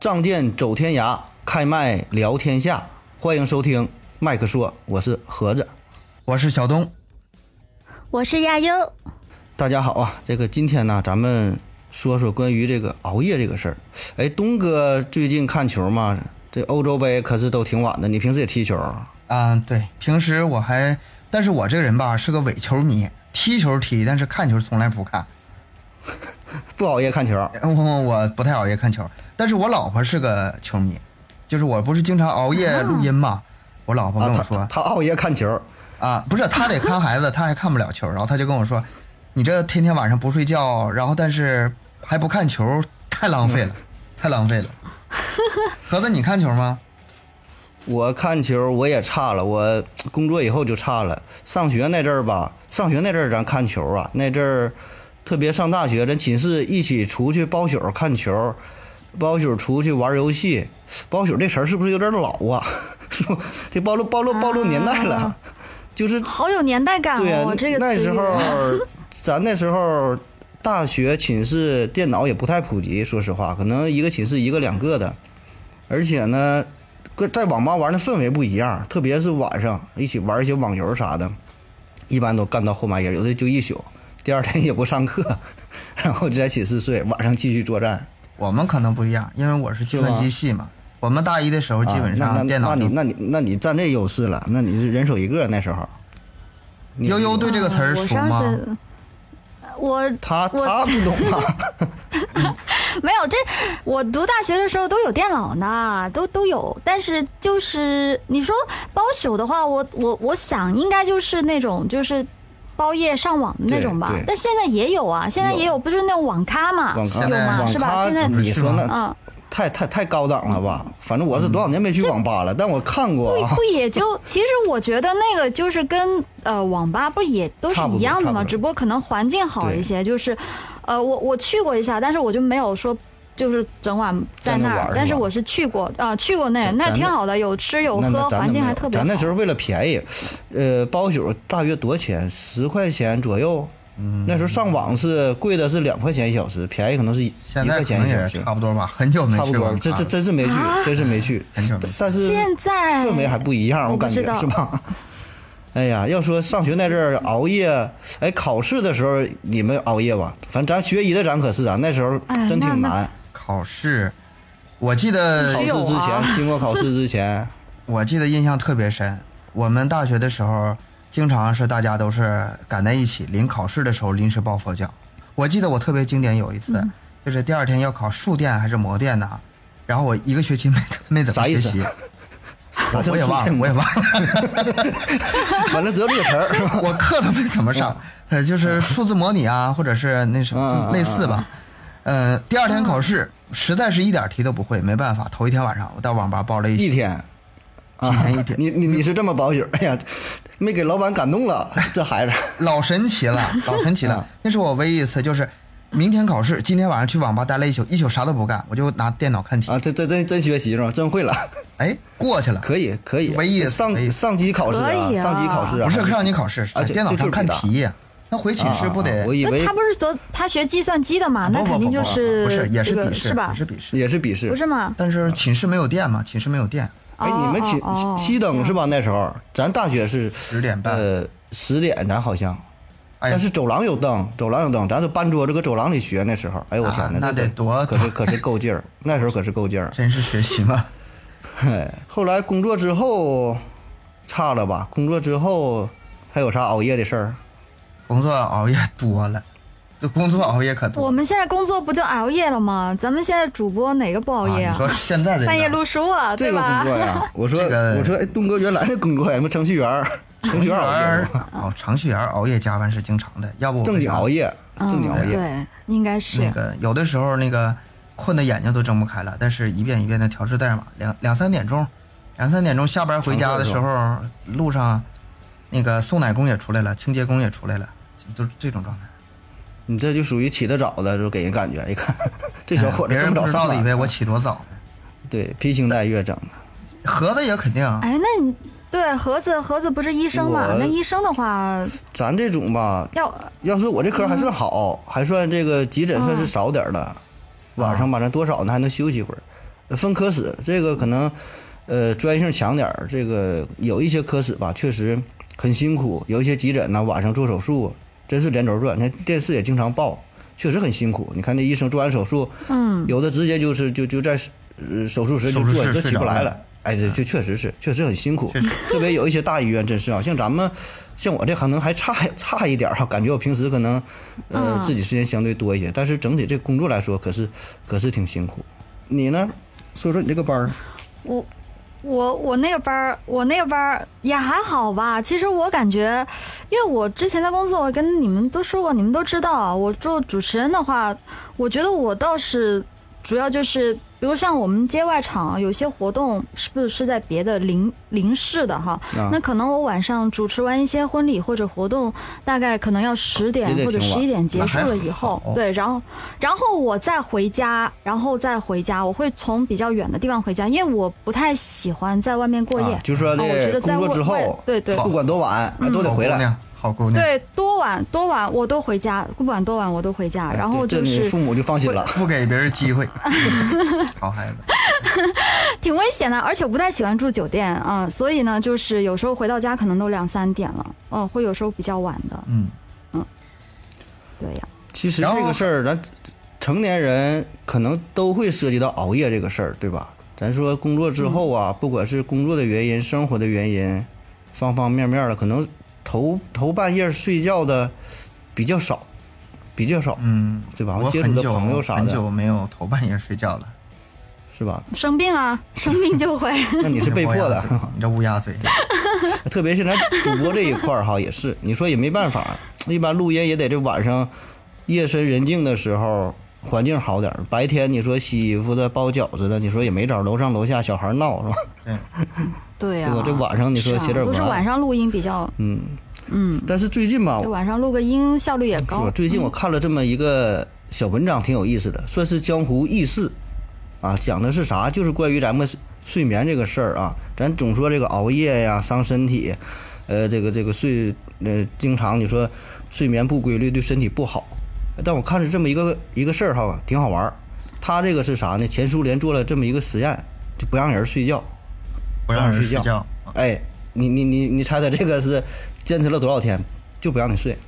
仗剑走天涯，开麦聊天下。欢迎收听麦克说，我是盒子， 我是小东， 我是亚优。 大家好啊！今天呢，咱们说说关于这个熬夜这个事儿。哎，东哥最近看球吗？这欧洲杯可是都挺晚的，你平时也踢球啊？对，平时但是我这个人吧是个伪球迷，踢球踢，但是看球从来不看。 不熬夜看球？ 我不太熬夜看球，但是我老婆是个球迷，就是我不是经常熬夜录音嘛，我老婆跟我说， 她熬夜看球啊，不是，她得看孩子，她还看不了球，然后她就跟我说，你这天天晚上不睡觉，然后但是还不看球，太浪费了，太浪费了。盒子，你看球吗？ 我看球我也差了，我工作以后就差了。上学那阵儿咱看球啊，那阵儿特别上大学，咱寝室一起出去包宿看球，包宿出去玩游戏。包宿这词儿是不是有点老啊？这暴露年代了，就是好有年代感哦。 对呀、 这个那时候咱那时候大学寝室电脑也不太普及，说实话，可能一个寝室一个两个的，而且呢，在网吧玩的氛围不一样，特别是晚上一起玩一些网游啥的，一般都干到后半夜，有的就一宿，第二天也不上课，然后就在寝室睡，晚上继续作战。 我们可能不一样，因为我是计算机系嘛。我们大一的时候基本上电脑那你占这优势了，那你是人手一个那时候。 悠悠对这个词儿熟吗？ 他不懂啊。 没有，我读大学的时候都有电脑呢，都有。但是就是你说包宿的话，我想应该就是那种就是包夜上网的那种吧。但现在也有啊，现在也有，不是那种网咖嘛？有吗？是吧？现在你说那太高档了吧？反正我是多少年没去网吧了，但我看过不也就其实我觉得那个就是跟网吧不也都是一样的吗？只不过可能环境好一些。就是我去过一下，但是我就没有说就是整晚在那儿，但是我是去过那挺好的，有吃有喝，环境还特别好。 咱那时候为了便宜，包宿大约多少钱？10块钱左右。那时候上网是贵的是2块钱1小时，便宜可能是1块钱1小时， 差不多吧。很久没去了， 这真是没去，真是没去。但是现在氛围还不一样，我感觉是吧？哎呀，要说上学那阵儿熬夜，哎，考试的时候你们熬夜吧？反正咱学医的咱可是啊，那时候真挺难。 考试，我记得考试之前，期末考试之前， 我记得印象特别深。我们大学的时候。经常是大家都是赶在一起，临考试的时候临时抱佛脚。我记得我特别经典有一次，就是第二天要考数电还是模电呢，然后我一个学期没怎么学习，我也忘了， 反正只有这个词儿是吧？ 我课都没怎么上，就是数字模拟啊，或者是那什么类似吧。第二天考试实在是一点题都不会，没办法，头一天晚上我到网吧报了一天。 一天， 你是这么保守？哎呀，没给老板感动了，这孩子老神奇了。那是我唯一一次，就是明天考试，今天晚上去网吧待了一宿啥都不干，我就拿电脑看题啊。这真学习是吧？真会了。 哎，过去了， 可以。 唯一上机考试啊，上机考试啊， 不是上机考试，在电脑上看题呀。那回寝室不得？ 我以为他不是他学计算机的嘛，那肯定就是不是也是笔试是吧？ 也是笔试， 不是吗？ 但是寝室没有电嘛，寝室没有电。 哎，你们熄灯是吧？那时候咱大学是 10点半 ，10点咱好像，但是走廊有灯，咱都搬桌子搁走廊里学那时候。哎呦我天哪， 那得多可是够劲儿，那时候可是够劲儿。 真是学习嘛。 后来工作之后差了吧？工作之后还有啥熬夜的事儿？ 工作熬夜多了。工作熬夜可多。 我们现在工作不就熬夜了吗？咱们现在主播哪个不熬夜啊？ 你说现在半夜录书啊， 这个工作呀，我说哎，东哥原来的工作呀，什么程序员熬夜程序员熬夜加班是经常的，要不正经熬夜， 对，应该是那个有的时候那个困的眼睛都睁不开了，但是一遍一遍的调制代码，两三点钟下班回家的时候，路上那个送奶工也出来了，清洁工也出来了，都是这种状态。 你这就属于起得早的，就给人感觉一看，这小伙子别人不知道的以为我起多早呢。 对，披星戴月整的。 盒子也肯定。 哎，那你对盒子不是医生嘛？那医生的话， 咱这种吧，要说我这科还算好，还算这个急诊算是少点的。晚上吧，咱多少呢还能休息一会儿。 分科室，这个可能专业性强点儿，这个有一些科室吧确实很辛苦，有一些急诊呢晚上做手术真是连轴转，那电视也经常报，确实很辛苦。你看那医生做完手术，有的直接就在手术室就坐都起不来了。哎，这确实很辛苦，特别有一些大医院真是啊，像我这可能还差一点啊，感觉我平时可能自己时间相对多一些，但是整体这工作来说可是挺辛苦。你呢？说说你这个班儿。 我那个班儿也还好吧。其实我感觉，因为我之前在工作，我跟你们都说过，你们都知道，我做主持人的话，我觉得我倒是主要就是，比如像我们街外场有些活动，是不是在别的邻市的哈？那可能我晚上主持完一些婚礼或者活动，大概可能要10点或者11点结束了以后，对，然后我再回家，我会从比较远的地方回家，因为我不太喜欢在外面过夜。 就是说这工作之后， 对， 不管多晚都得回来。 好姑娘， 对，多晚我都回家，不管多晚我都回家，然后就是这你父母就放心了， 不给别人机会。好孩子， 挺危险的，而且我不太喜欢住酒店啊，所以呢，就是有时候回到家可能都2、3点了，会有时候比较晚的。对呀。 其实这个事儿，咱成年人可能都会涉及到熬夜这个事儿，对吧？咱说工作之后啊，不管是工作的原因、生活的原因，方方面面的，可能头半夜睡觉的比较少，对吧？ 我接触的朋友啥的， 很久没有头半夜睡觉了， 是吧？ 生病就会。 那你是被迫的， 你这乌鸦嘴。 特别是咱主播这一块儿哈，也是，你说也没办法，一般录音也得这晚上夜深人静的时候，环境好点儿。白天你说洗衣服的、包饺子的，你说也没招，楼上楼下小孩闹是吧？ 对呀。 这晚上你说写点文案， 都是晚上录音比较。 但是最近吧， 晚上录个音效率也高。 是吧？最近我看了这么一个小文章，挺有意思的，算是江湖轶事啊。讲的是啥？就是关于咱们睡眠这个事儿啊。咱总说这个熬夜呀伤身体，这个经常你说睡眠不规律对身体不好。但我看是这么一个事儿哈，挺好玩。他这个是啥呢？前苏联做了这么一个实验，就不让人睡觉， 不让人睡觉。 哎，你猜他这个是坚持了多少天就不让你睡？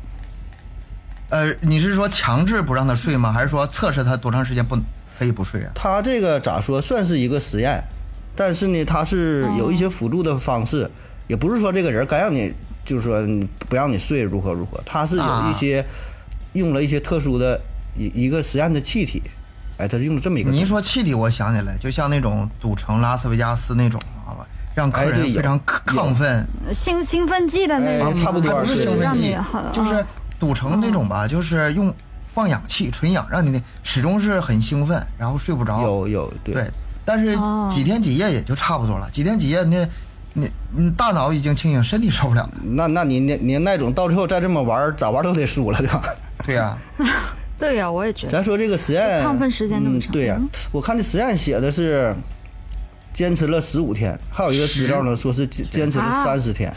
你是说强制不让他睡吗？还是说测试他多长时间可以不睡啊？ 他这个咋说，算是一个实验，但是呢，他是有一些辅助的方式，也不是说这个人该让你，就是说不让你睡如何，他是有一些用了一些特殊的一个实验的气体，哎，他是用了这么一个。 你一说气体，我想起来，就像那种赌城拉斯维加斯那种，好吧，让客人非常亢奋， 兴奋剂的那种， 差不多不是兴奋剂，就是赌城那种吧，就是用放氧气纯氧，让你始终是很兴奋，然后睡不着。对，但是几天几夜也就差不多了，几天几夜你大脑已经清醒，身体受不了。 那你那种到最后再这么玩，咋玩都得输了，对吧？ 对呀。 对呀，我也觉得。 咱说这个实验， 亢奋时间那么长。 对呀，我看这实验写的是坚持了15天，还有一个资料呢，说是坚持了30天。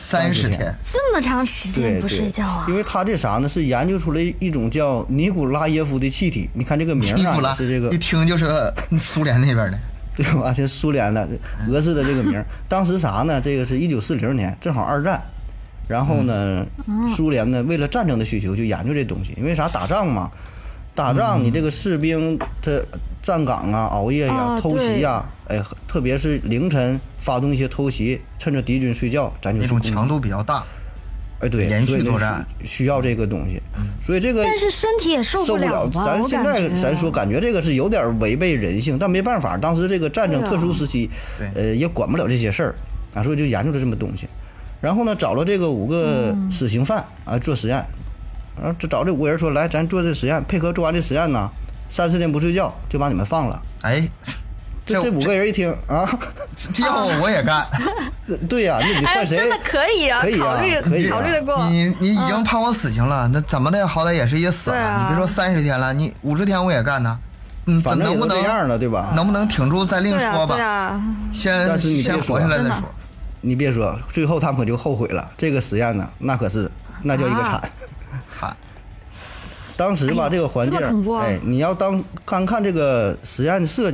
30天， 这么长时间不睡觉啊？ 因为他这啥呢？是研究出来一种叫尼古拉耶夫的气体。你看这个名啊，是这个一听就是苏联那边的， 对吧？这苏联的俄式的这个名。当时啥呢？这个是1940年，正好2战。然后呢，苏联呢为了战争的需求就研究这东西，因为啥？打仗嘛，打仗你这个士兵他站岗啊、熬夜呀、偷袭呀，哎，特别是凌晨发动一些偷袭，趁着敌军睡觉，咱就那种强度比较大。 哎，对， 连续作战需要这个东西，所以这个但是身体也受不了。 咱现在咱说感觉这个是有点违背人性，但没办法，当时这个战争特殊时期，也管不了这些事儿啊，所以就研究了这么东西。然后呢，找了这个5个死刑犯啊做实验，然后找这5个人说，来，咱做这实验，配合做完这实验呢，30天不睡觉就把你们放了。 哎， 这5个人一听啊， 这要我也干。 对呀，那你怪谁？ 真的可以啊， 可以考虑得过。 你已经判我死刑了，那怎么的好歹也是一死了。你别说30天了，你50天我也干呢。 反正能不能这样了，对吧？ 能不能挺住再另说吧。 对啊， 先活下来再说。 你别说，最后他们可就后悔了。这个实验呢，那叫一个惨。当时吧，这个环境，哎，你要看这个实验的设计，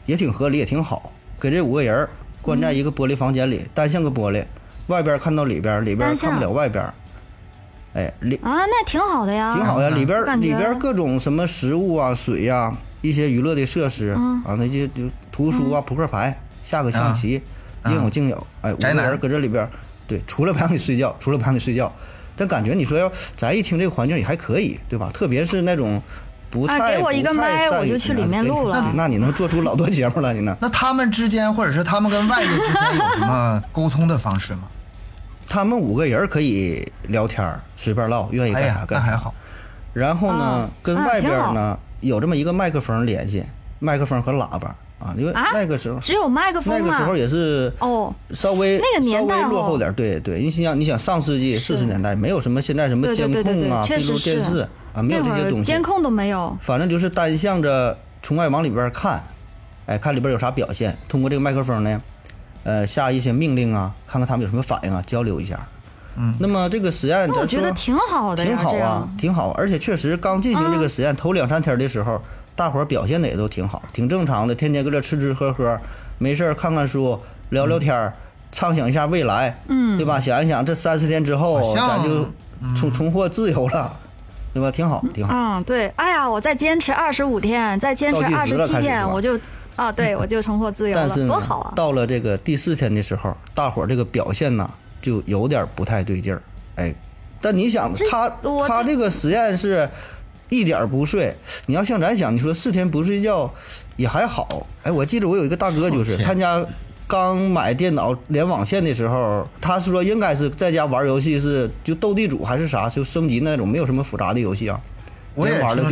也挺合理，也挺好。给这5个人关在一个玻璃房间里，单向个玻璃，外边看到里边，里边看不了外边。哎， 那挺好的呀， 挺好呀。里边感觉里边各种什么食物啊、水呀、一些娱乐的设施啊，那就图书啊、扑克牌、下个象棋，应有尽有。哎，5个人搁这里边，对，除了不让你睡觉，但感觉你说要咱一听这个环境也还可以，对吧？特别是那种不太给我一个麦，我就去里面录了。 那你能做出老多节目了，你呢？ 那他们之间，或者是他们跟外界之间有什么沟通的方式吗？ 他们5个人可以聊天，随便唠，愿意干啥干啥。 那还好。 然后呢，跟外边呢有这么一个麦克风联系，麦克风和喇叭啊，因为那个时候只有麦克风那个时候也是稍微那个年代落后点，对，你想上世纪40年代没有什么现在什么监控啊、闭路电视啊，没有这些东西， 监控都没有， 反正就是单向着从外往里边看，哎，看里边有啥表现，通过这个麦克风呢。下一些命令啊，看看他们有什么反应啊，交流一下。那么这个实验， 我觉得挺好的呀， 挺好啊，挺好。而且确实刚进行这个实验，头2-3天的时候，大伙儿表现的也都挺好，挺正常的，天天搁这吃喝喝，没事看看书，聊聊天，畅想一下未来，对吧？想一想这30天之后，咱就重获自由了。对吧？挺好，挺好。 对。哎呀，我再坚持25天，再坚持27天，我就。对，我就重获自由了，多好啊！ 到了这个第4天的时候，大伙儿这个表现呢就有点不太对劲儿，哎，但你想他这个实验是一点不睡，你要像咱想，你说4天不睡觉也还好，哎，我记得我有一个大哥就是他家刚买电脑连网线的时候，他说应该是在家玩游戏是就斗地主还是啥，就升级那种没有什么复杂的游戏啊， 我也玩了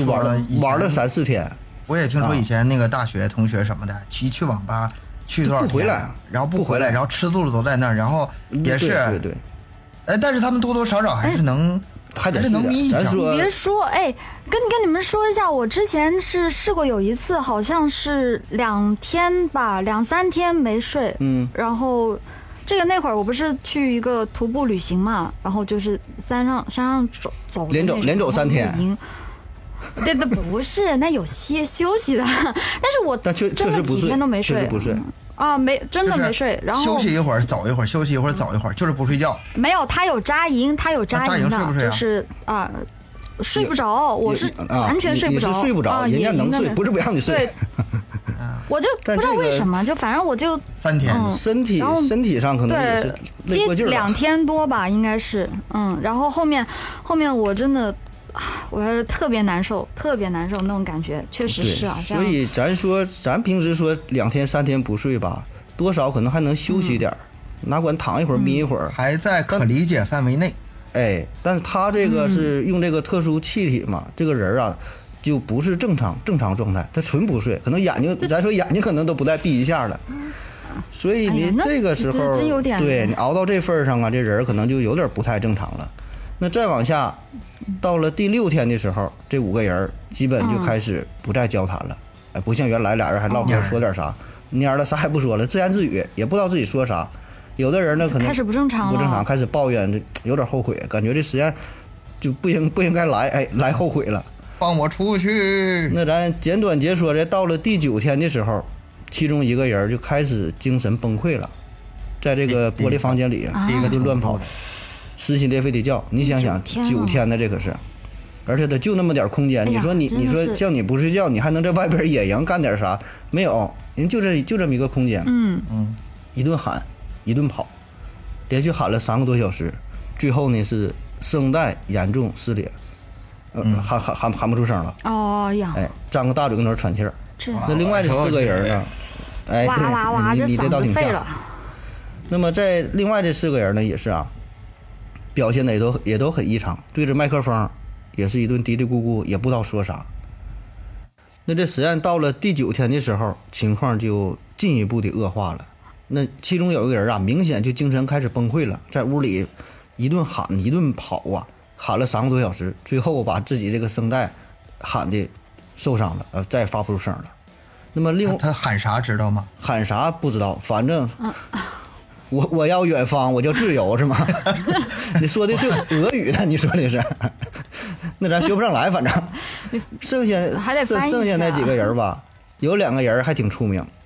3-4天。 我也听说以前那个大学同学什么的，去网吧去多少天， 不回来， 然后不回来，然后吃肚子都在那儿，然后也是， 对， 哎，但是他们多多少少还是能， 还是能眯一觉。 你别说，哎，跟你们说一下，我之前是试过有一次，好像是2天吧，2-3天没睡，然后那会儿我不是去一个徒步旅行嘛，然后就是山上走连走3天。 对，不是，那有些休息的，但是我真的几天都没睡， 不睡真的没睡，然后休息一会儿走一会儿，休息一会儿走一会儿，就是不睡觉。 没有，他有扎营的，就是睡不着，我是完全睡不着， 你是睡不着，人家能睡，不是不让你睡。 对，我就不知道为什么，就反正我就 3天， 身体上可能也是累过劲儿 2天多吧，应该是，然后后面我真的。我特别难受那种感觉，确实是啊。 所以咱平时说2天3天不睡吧，多少可能还能休息点，哪管躺一会儿眯一会儿， 还在可理解范围内。 哎，但是他这个是用这个特殊气体嘛，这个人啊就不是正常状态，他纯不睡，可能咱说眼睛可能都不带闭一下的。所以你这个时候，对你熬到这份上啊，这人可能就有点不太正常了。那再往下，到了第6天的时候，这5个人基本就开始不再交谈了，哎，不像原来俩人还唠嗑说点啥，蔫了啥也不说了，自言自语，也不知道自己说啥。有的人呢可能开始不正常， 开始抱怨，有点后悔，感觉这实验就不应该来，哎，来后悔了， 放我出去。 那咱简短截说，这到了第9天的时候，其中一个人就开始精神崩溃了，在这个玻璃房间里第一个就乱跑。撕心裂肺的叫，你想想9天的这可是，而且他就那么点空间，你说像你不睡觉，你还能在外边野营干点啥？没有，人就这么一个空间，一顿喊，一顿跑，连续喊了3个多小时，最后呢是声带严重撕裂，喊不出声了。 哦呀， 哎，张个大嘴跟那喘气儿。那另外这4个人呢？哎，对，你这倒挺像。那么在另外这4个人呢，也是啊。表现的也都很异常，对着麦克风也是一顿嘀嘀咕咕，也不知道说啥。那这实验到了第9天的时候，情况就进一步的恶化了。那其中有一个人啊，明显就精神开始崩溃了，在屋里一顿喊一顿跑啊，喊了3个多小时，最后把自己这个声带喊的受伤了，再也发不出声了。那么他喊啥知道吗？ 喊啥不知道，反正。我要远方，我叫自由是吗？你说的是俄语的，你说的是，那咱学不上来，反正剩下那几个人吧，有2个人还挺出名，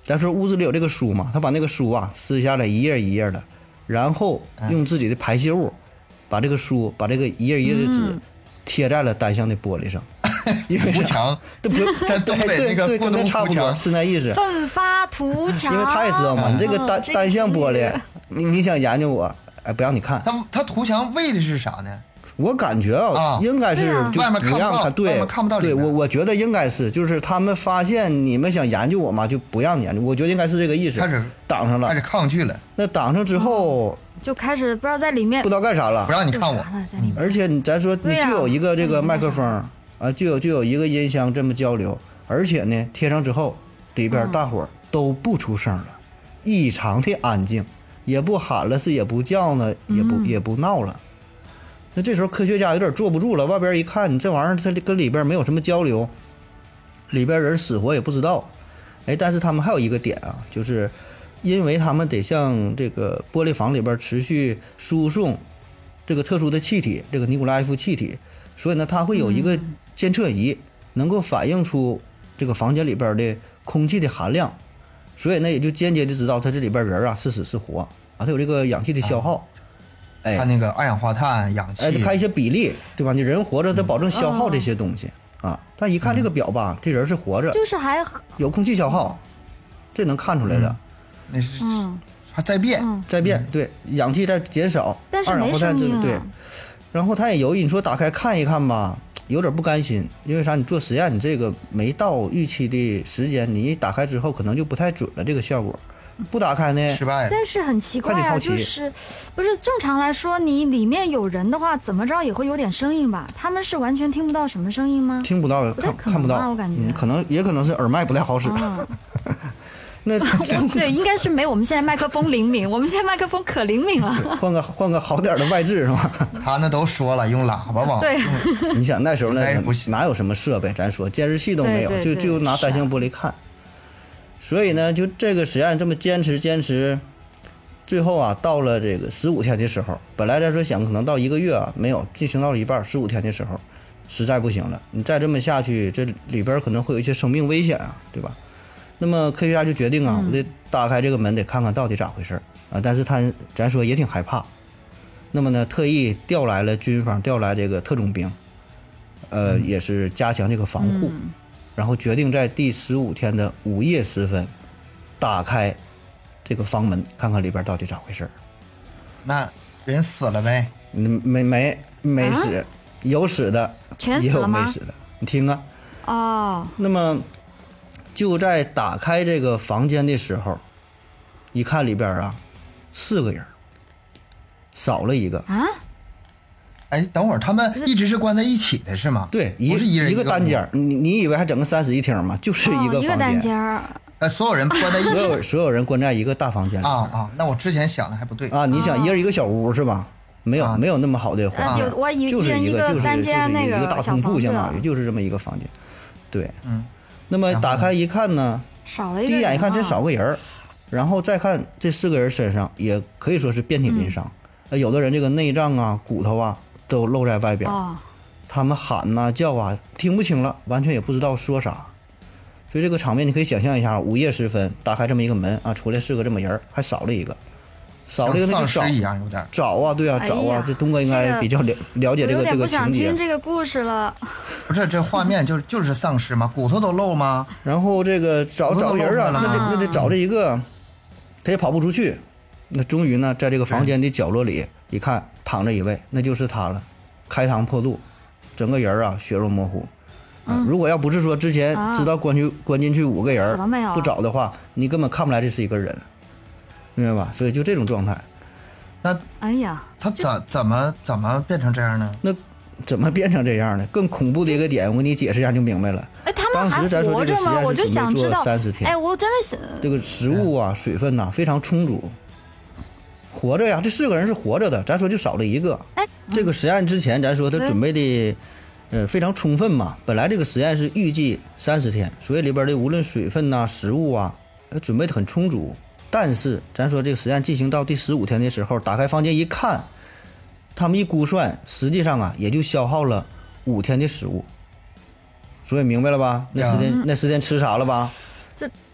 咱说屋子里有这个书嘛，他把那个书啊撕下来一页一页的，然后用自己的排泄物把这个书把这个一页一页的纸贴在了单向的玻璃上，因为涂墙， 这不在东北那个对过冬跟那差不多涂墙， 是那意思。 奋发图强， 因为他也知道嘛，你这个单这个单向玻璃这个， 你想研究我，哎，不让你看。 他涂墙为的是啥呢？ 我感觉啊，应该是对啊就外面看不到不让看，对， 外面看不到里对面我觉得应该是，就是他们发现你们想研究我嘛，就不让研究。我觉得应该是这个意思。 开始挡上了开始，抗拒了， 那挡上之后就开始不知道在里面不知道干啥了不。让你看我有啥。了在里面。 而且咱说你对呀就有一个这个麦克嗯风啊，就有一个音箱这么交流，而且呢贴上之后里边大伙儿都不出声了，异常的安静，也不喊了是也不叫呢，也不闹了。那这时候科学家有点坐不住了，外边一看，你这玩意儿它跟里边没有什么交流，里边人死活也不知道。哎，但是他们还有一个点啊，就是因为他们得向这个玻璃房里边持续输送这个特殊的气体，这个尼古拉耶夫气体，所以呢，它会有一个监测仪，能够反映出这个房间里边的空气的含量，所以呢，也就间接的知道它这里边人啊是死是活啊，它有这个氧气的消耗。哎， 看那个二氧化碳、氧气， 哎，看一些比例，对吧？你人活着得保证消耗这些东西啊。但一看这个表吧，这人是活着， 就是还有空气消耗，这能看出来的。 那是嗯， 还在变， 在变，对，氧气在减少， 但是没二氧化碳声音啊对。然后他也犹豫，你说打开看一看吧，有点不甘心，因为啥？你做实验，你这个没到预期的时间，你一打开之后可能就不太准了，这个效果。不打开呢， 失败了。 但是很奇怪啊， 快点好奇就是不是正常来说，你里面有人的话，怎么着也会有点声音吧？他们是完全听不到什么声音吗？ 听不到， 不太可能看不到， 吧我感觉可能也可能是耳麦不太好使。 嗯， 那对，应该是没我们现在麦克风灵敏，我们现在麦克风可灵敏了。 换个好点的外置是吧？ 他那都说了，用喇叭往对， 你想那时候应该呢是不行哪有什么设备？咱说监视器都没有， 对对对就拿单向玻璃看。所以呢，就这个实验这么坚持，最后啊，到了这个15天的时候，本来咱说想可能到1个月啊，没有进行到了一半，15天的时候，实在不行了，你再这么下去，这里边可能会有一些生命危险啊，对吧？那么科学家就决定啊，我得打开这个门，得看看到底咋回事啊。但是咱说也挺害怕，那么呢，特意调来了军方，调来这个特种兵，也是加强这个防护。然后决定在第15天的午夜时分，打开这个房门，看看里边到底咋回事儿。 那人死了呗？ 没死，有死的，也有全死了吗没死的。你听啊， 哦， 那么就在打开这个房间的时候，一看里边啊，4个人，少了一个。 啊， 哎，等会儿他们一直是关在一起的是吗？ 对， 不是一人一个屋单间儿，你以为还整个3室1厅吗？就是一个哦一个房间， 单间儿， 所有人关在一起所有人关在一个大房间里边啊！那我之前想的还不对啊，你想一人一个小屋是吧？没有、 啊没有那么好的环境， 我以就是为一个一个单间那一个大小房通铺，相当于子就是这么一个房间。对， 嗯。 那么然后呢打开一看呢， 少了一个人啊。 第一眼一看真少个人儿，然后再看这4个人身上也可以说是遍体鳞伤，有的人这个内脏啊、骨头啊都露在外边， 哦， 他们喊呐、叫啊，听不清了，完全也不知道说啥。所以这个场面你可以想象一下，午夜时分打开这么一个门啊，出来4个这么人儿，还少了一个，少了一个那像就找丧尸一样，有点。 找啊，对啊， 哎找啊呀， 这东哥应该比较了解我有点不这个情节想听。这个故事了。 不是这画面就是丧尸吗？骨头都露吗？ 然后这个找我都人啊， 露出来了那得找这一个，他也跑不出去。那终于呢，在这个房间的角落里一看，躺着一位，那就是他了，开膛破肚，整个人啊血肉模糊。如果要不是说之前知道关进去5个人死了没有不找的话，你根本看不来这是一个人，明白吧？所以就这种状态， 那哎呀， 他怎么变成这样呢？ 那怎么变成这样的？更恐怖的一个点，我给你解释一下就明白了。 哎，他们当还时咱说活着吗？ 这个实验我就想知道。 30天， 哎，我真的是， 这个食物啊、水分呐、非常充足，活着呀。这4个人是活着的，咱说就少了一个。 哎， 这个实验之前咱说他准备的，非常充分嘛。本来这个实验是预计30天，所以里边的无论水分呐、食物啊，准备的很充足。但是咱说这个实验进行到第15天的时候，打开房间一看，他们一估算，实际上啊也就消耗了5天的食物。所以明白了吧？那10天吃啥了吧？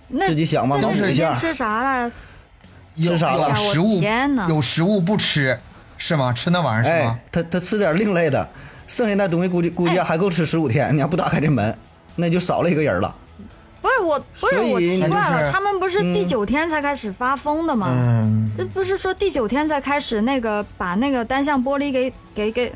那自己想吧， 这段脑补一下。 时间吃啥了？ 吃啥了哎呀我有食物天哪有食物不吃是吗？吃那玩意儿是吗？ 哎，他吃点另类的，剩下那东西估计还够吃15天。你要不打开这门，那就少了一个人了。 不是我所以奇怪了， 那就是他们不是第9天才开始发疯的吗？ 嗯， 这不是说第9天才开始那个把那个单向玻璃给，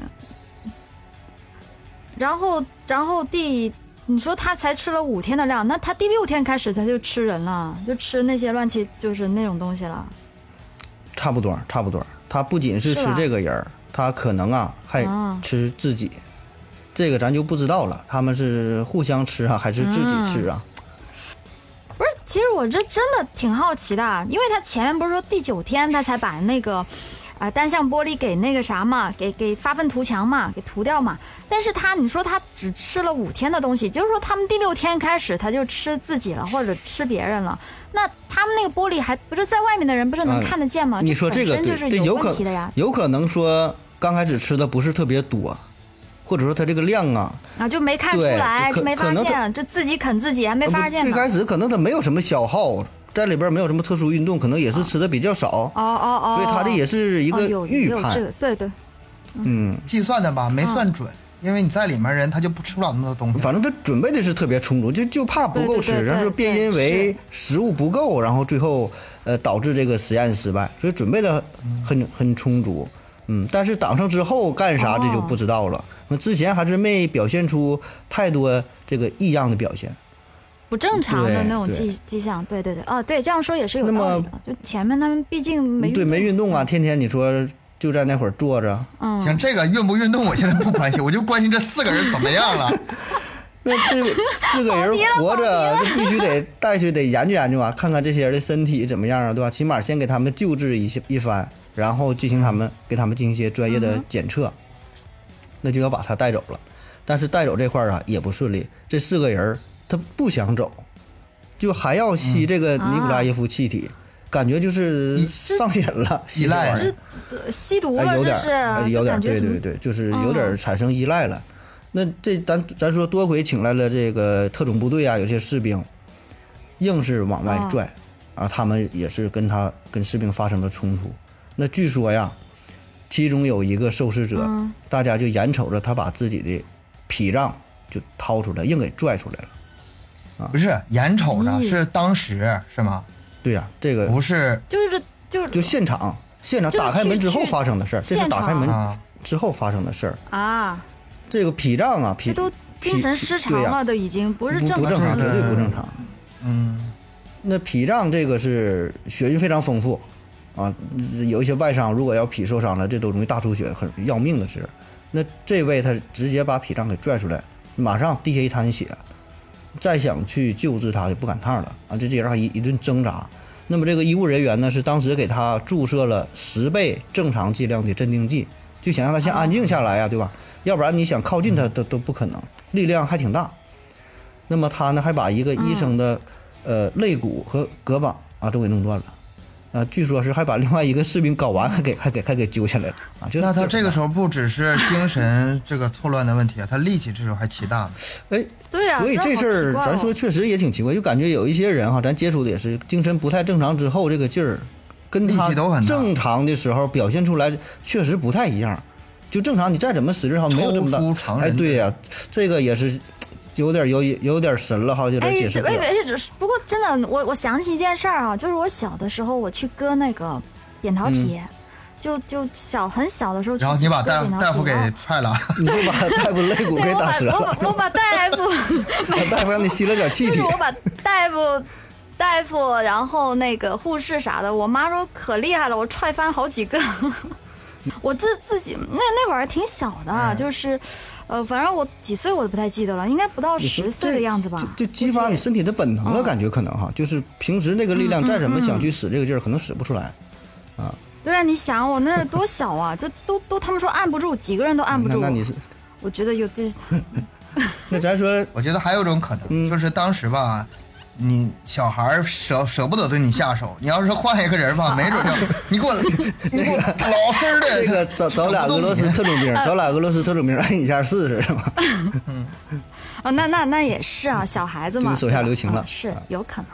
然后你说他才吃了5天的量，那他第6天开始他就吃人了，就吃那些乱七就是那种东西了。 差不多。他不仅是吃是吧这个人儿，他可能还啊吃自己，这个咱就不知道了。他们是互相吃还是自己吃啊？ 不是，其实我这真的挺好奇的，因为他前面不是说第9天他才把那个，单向玻璃给那个啥嘛，给发愤图强嘛，给涂掉嘛。但是你说他只吃了5天的东西，就是说他们第6天开始他就吃自己了，或者吃别人了。那他们那个玻璃还不是在外面的人不是能看得见吗？ 你说这个本身就是对， 有问题的呀。 有可能说刚开始吃的不是特别多，或者说他这个量就没看出来， 对就没发可能现，这自己啃自己还没发现呢。 最开始可能他没有什么消耗，在里边没有什么特殊运动，可能也是吃的比较少。 哦， 所以他这也是一个预有判。 这个对， 计算的吧没算准，因为你在里面人他就不吃不了那么多东西。 反正他准备的是特别充足，就怕不够吃， 对然后说别因为是食物不够，然后最后导致这个实验失败，所以准备的很充足。但是挡上之后干啥这就不知道了。那之前还是没表现出太多这个异样的表现， 不正常的那种对迹象，对，对，这样说也是有那么道理的。就前面他们毕竟没运动没运动啊，天天你说就在那会儿坐着， 行，这个运不运动我现在不关心，我就关心这4个人怎么样了。 那这4个人活着，就必须得带去得研究研究啊，看看这些人的身体怎么样啊，对吧？起码先给他们救治一番，然后给他们进行一些专业的检测，那就要把他带走了。但是带走这块儿也不顺利，这4个人他不想走，就还要吸这个尼古拉耶夫气体，感觉就是上瘾了， 依赖吸这玩意儿吸毒了， 有点这是有点就感觉对，就是有点产生依赖了。那这咱说多亏请来了这个特种部队啊，有些士兵硬是往外拽他们也是跟士兵发生了冲突。那据说呀，其中有一个受试者，大家就眼瞅着他把自己的脾脏就掏出来，硬给拽出来了。 不是眼瞅着，是当时是吗？ 对呀，这个不是， 就现场打开门之后发生的事儿，这是打开门之后发生的事儿啊。 这个脾脏这都精神失常了，都已经不是正常，绝对不正常。那脾脏这个是血运非常丰富有一些外伤，如果要脾受伤了，这都容易大出血，很要命的事。那这位他直接把脾脏给拽出来，马上滴下一滩血，再想去救治他就不赶趟了这人还一顿挣扎。那么这个医务人员呢，是当时给他注射了10倍正常剂量的镇定剂，就想让他先安静下来对吧？要不然你想靠近他都不可能，力量还挺大。那么他呢还把一个医生的肋骨和胳膀都给弄断了据说是还把另外一个士兵睾丸还给揪下来了那他这个时候不只是精神这个错乱的问题他力气这时候还奇大了。 对呀， 所以这事儿咱说确实也挺奇怪，就感觉有一些人咱接触的也是精神不太正常之后，这个劲儿跟他正常的时候表现出来确实不太一样。就正常你再怎么使劲没有这么大对呀，这个也是有点神了有点解释不了。 不过真的我想起一件事儿就是我小的时候我去割那个扁桃体就很小的时候， 然后你把大夫给踹了， 你就把大夫肋骨给打折了。 我把大夫让你吸了点气体。 我把大夫，然后那个护士啥的，我妈说可厉害了，我踹翻好几个。我自己那会儿挺小的就是反正我几岁我都不太记得了，应该不到10岁的样子吧。 就激发你身体的本能了，感觉可能就是平时那个力量再怎么想去使这个劲儿，可能使不出来对啊，你想我那多小啊，就都他们说按不住，几个人都按不住。 那你是？ 我觉得有这。 那咱说， 我觉得还有一种可能，就是当时吧，你小孩舍不得对你下手，你要是换一个人吧，没准就你给我老实的。 这个找俩俄罗斯特种兵，按一下试试是吧？ 那也是小孩子嘛， 手下留情了， 是有可能。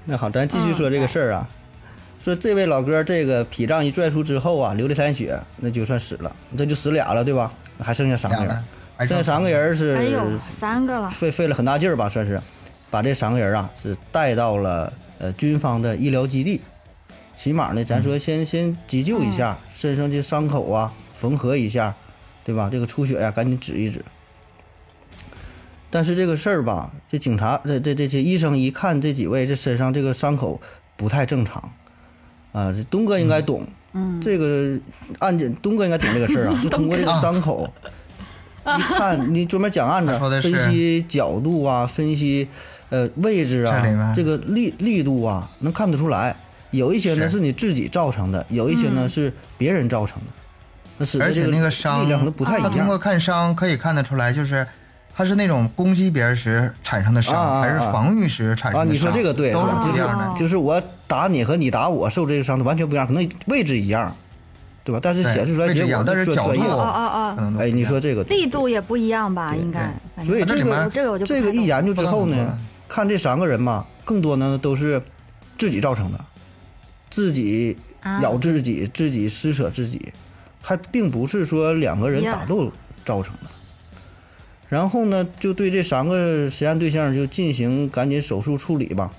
那好，咱继续说这个事儿啊。说这位老哥，这个脾脏一拽出之后啊，流了3血，那就算死了，这就死俩了，对吧？还剩下3个人，剩下3个人是， 哎呦，3个了， 费了很大劲儿吧，算是把这3个人啊是带到了军方的医疗基地，起码呢，咱说先急救一下身上这伤口啊，缝合一下，对吧？这个出血呀，赶紧止一止。但是这个事儿吧，这警察这些医生一看这几位这身上这个伤口不太正常，啊，这东哥应该懂，这个案件东哥应该懂这个事儿啊，就通过这个伤口，一看你专门讲案子，分析角度啊，分析位置啊，这个力度啊，能看得出来，有一些呢是你自己造成的，有一些呢是别人造成的，那使得这个那个伤力量可能不太一样。 他通过看伤可以看得出来，就是他是那种攻击别人时产生的伤，还是防御时产生的伤？ 你说这个对， 都是不一样的。 就是我打你和你打我受这个伤的完全不一样，可能位置一样，对吧？但是显示出来结果， 但是角度哎，你说这个力度也不一样吧？应该。 所以这个一研究之后呢，看这3个人嘛，更多呢都是自己造成的，自己咬自己，自己撕扯自己，还并不是说2个人打斗造成的。然后呢，就对这3个实验对象就进行赶紧手术处理吧。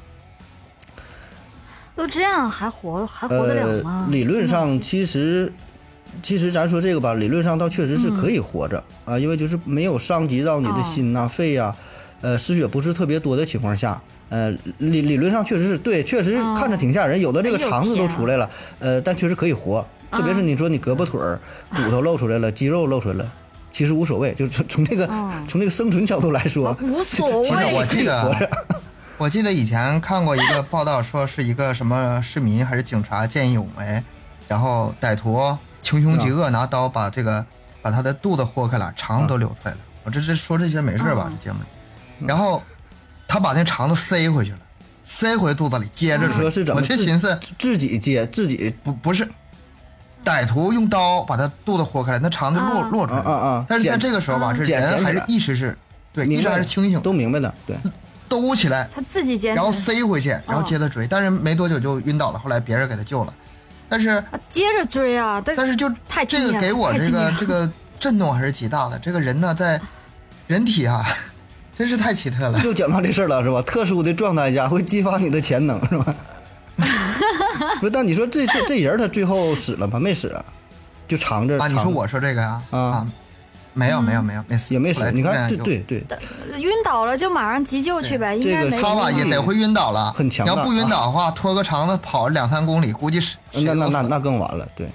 都这样还活得了吗？ 理论上其实咱说这个吧，理论上倒确实是可以活着啊，因为就是没有伤及到你的心呐、肺呀，失血不是特别多的情况下，理论上确实是对，确实看着挺吓人，有的这个肠子都出来了，但确实可以活，特别是你说你胳膊腿儿骨头露出来了，肌肉露出来了。其实无所谓，就从这个生存角度来说， 无所谓。 其实我记得以前看过一个报道，说是一个什么市民还是警察见义勇为，然后歹徒穷凶极恶拿刀把他的肚子豁开了，肠子都流出来了。我这说这些没事吧？这节目里，然后他把那肠子塞回去了，塞回肚子里接着说是怎么？ 我就寻思自己接自己不是。歹徒用刀把他肚子豁开了，那肠子落出来了。但是在这个时候吧，这人还是意识是对，意识还是清醒， 都明白的，对， 兜起来， 他自己捡， 然后塞回去，然后接着追，但是没多久就晕倒了，后来别人给他救了。但是接着追啊， 但是就这个给我这个震动还是极大的。这个人呢，在人体啊，真是太奇特了。 又讲到这事儿了是吧？特殊的状态下会激发你的潜能是吧？不，但你说这人他最后死了吗？没死啊，就藏着。 你说我说这个呀？没有，没死， 也没死。你看，对， 晕倒了就马上急救去呗，应该没。 他吧也得会晕倒了， 很强大。 要不晕倒的话，拖个肠子跑2-3公里，估计是那更完了。对。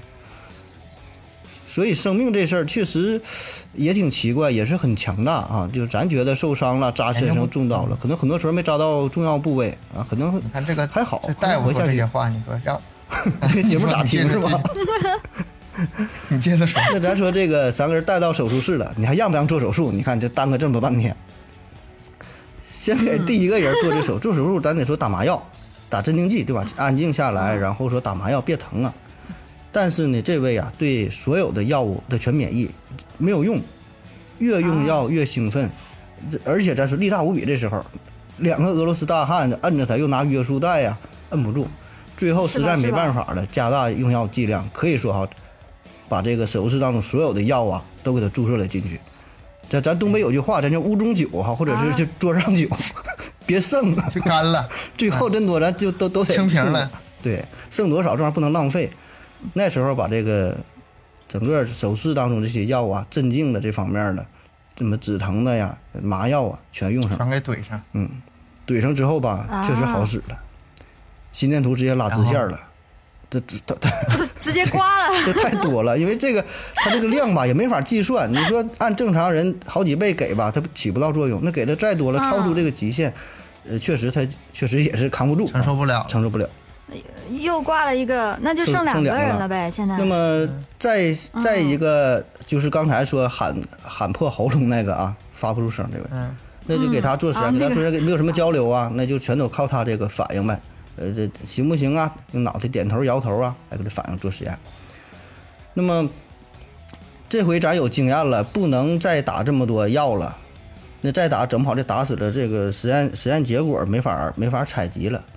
所以生命这事儿确实也挺奇怪，也是很强大啊！就咱觉得受伤了、扎身上中刀了，可能很多时候没扎到重要部位啊，可能你看这个还好。 这大夫说这些话，你说让节目咋听是吧？ 你接着说。 那咱说这个3个人带到手术室了，你还让不让做手术？你看这耽搁这么半天。先给第一个人做这做手术，咱得说打麻药、打镇静剂，对吧？安静下来，然后说打麻药别疼啊。但是呢，这位啊，对所有的药物的全免疫，没有用，越用药越兴奋，而且咱说力大无比。这时候，2个俄罗斯大汉摁着他，又拿约束带呀，摁不住，最后实在没办法了，加大用药剂量，可以说哈，把这个手术室当中所有的药啊，都给他注射了进去。咱东北有句话，咱叫屋中酒哈，或者是就桌上酒，别剩了， 就干了。 最后真多，咱就都得清瓶了。 对，剩多少这玩意儿不能浪费。那时候把这个整个手术当中这些药啊，镇静的这方面的，什么止疼的呀、麻药啊，全用上， 全给怼上。 怼上之后吧，确实好使了，心电图直接拉直线了，这直接刮了， 这太多了，因为它这个量吧也没法计算，你说按正常人好几倍给吧，它起不到作用，那给的再多了，超出这个极限，确实也是扛不住， 承受不了。 又挂了一个，那就剩2个人了呗。现在， 那么再一个就是刚才说喊破喉咙那个啊，发不出声这位，那就给他做实验，给他做实验，没有什么交流啊，那就全都靠他这个反应呗。这行不行啊？用脑袋点头摇头啊，来给他反应做实验。那么这回咱有经验了，不能再打这么多药了。那再打整不好，这打死了这个实验结果没法采集了。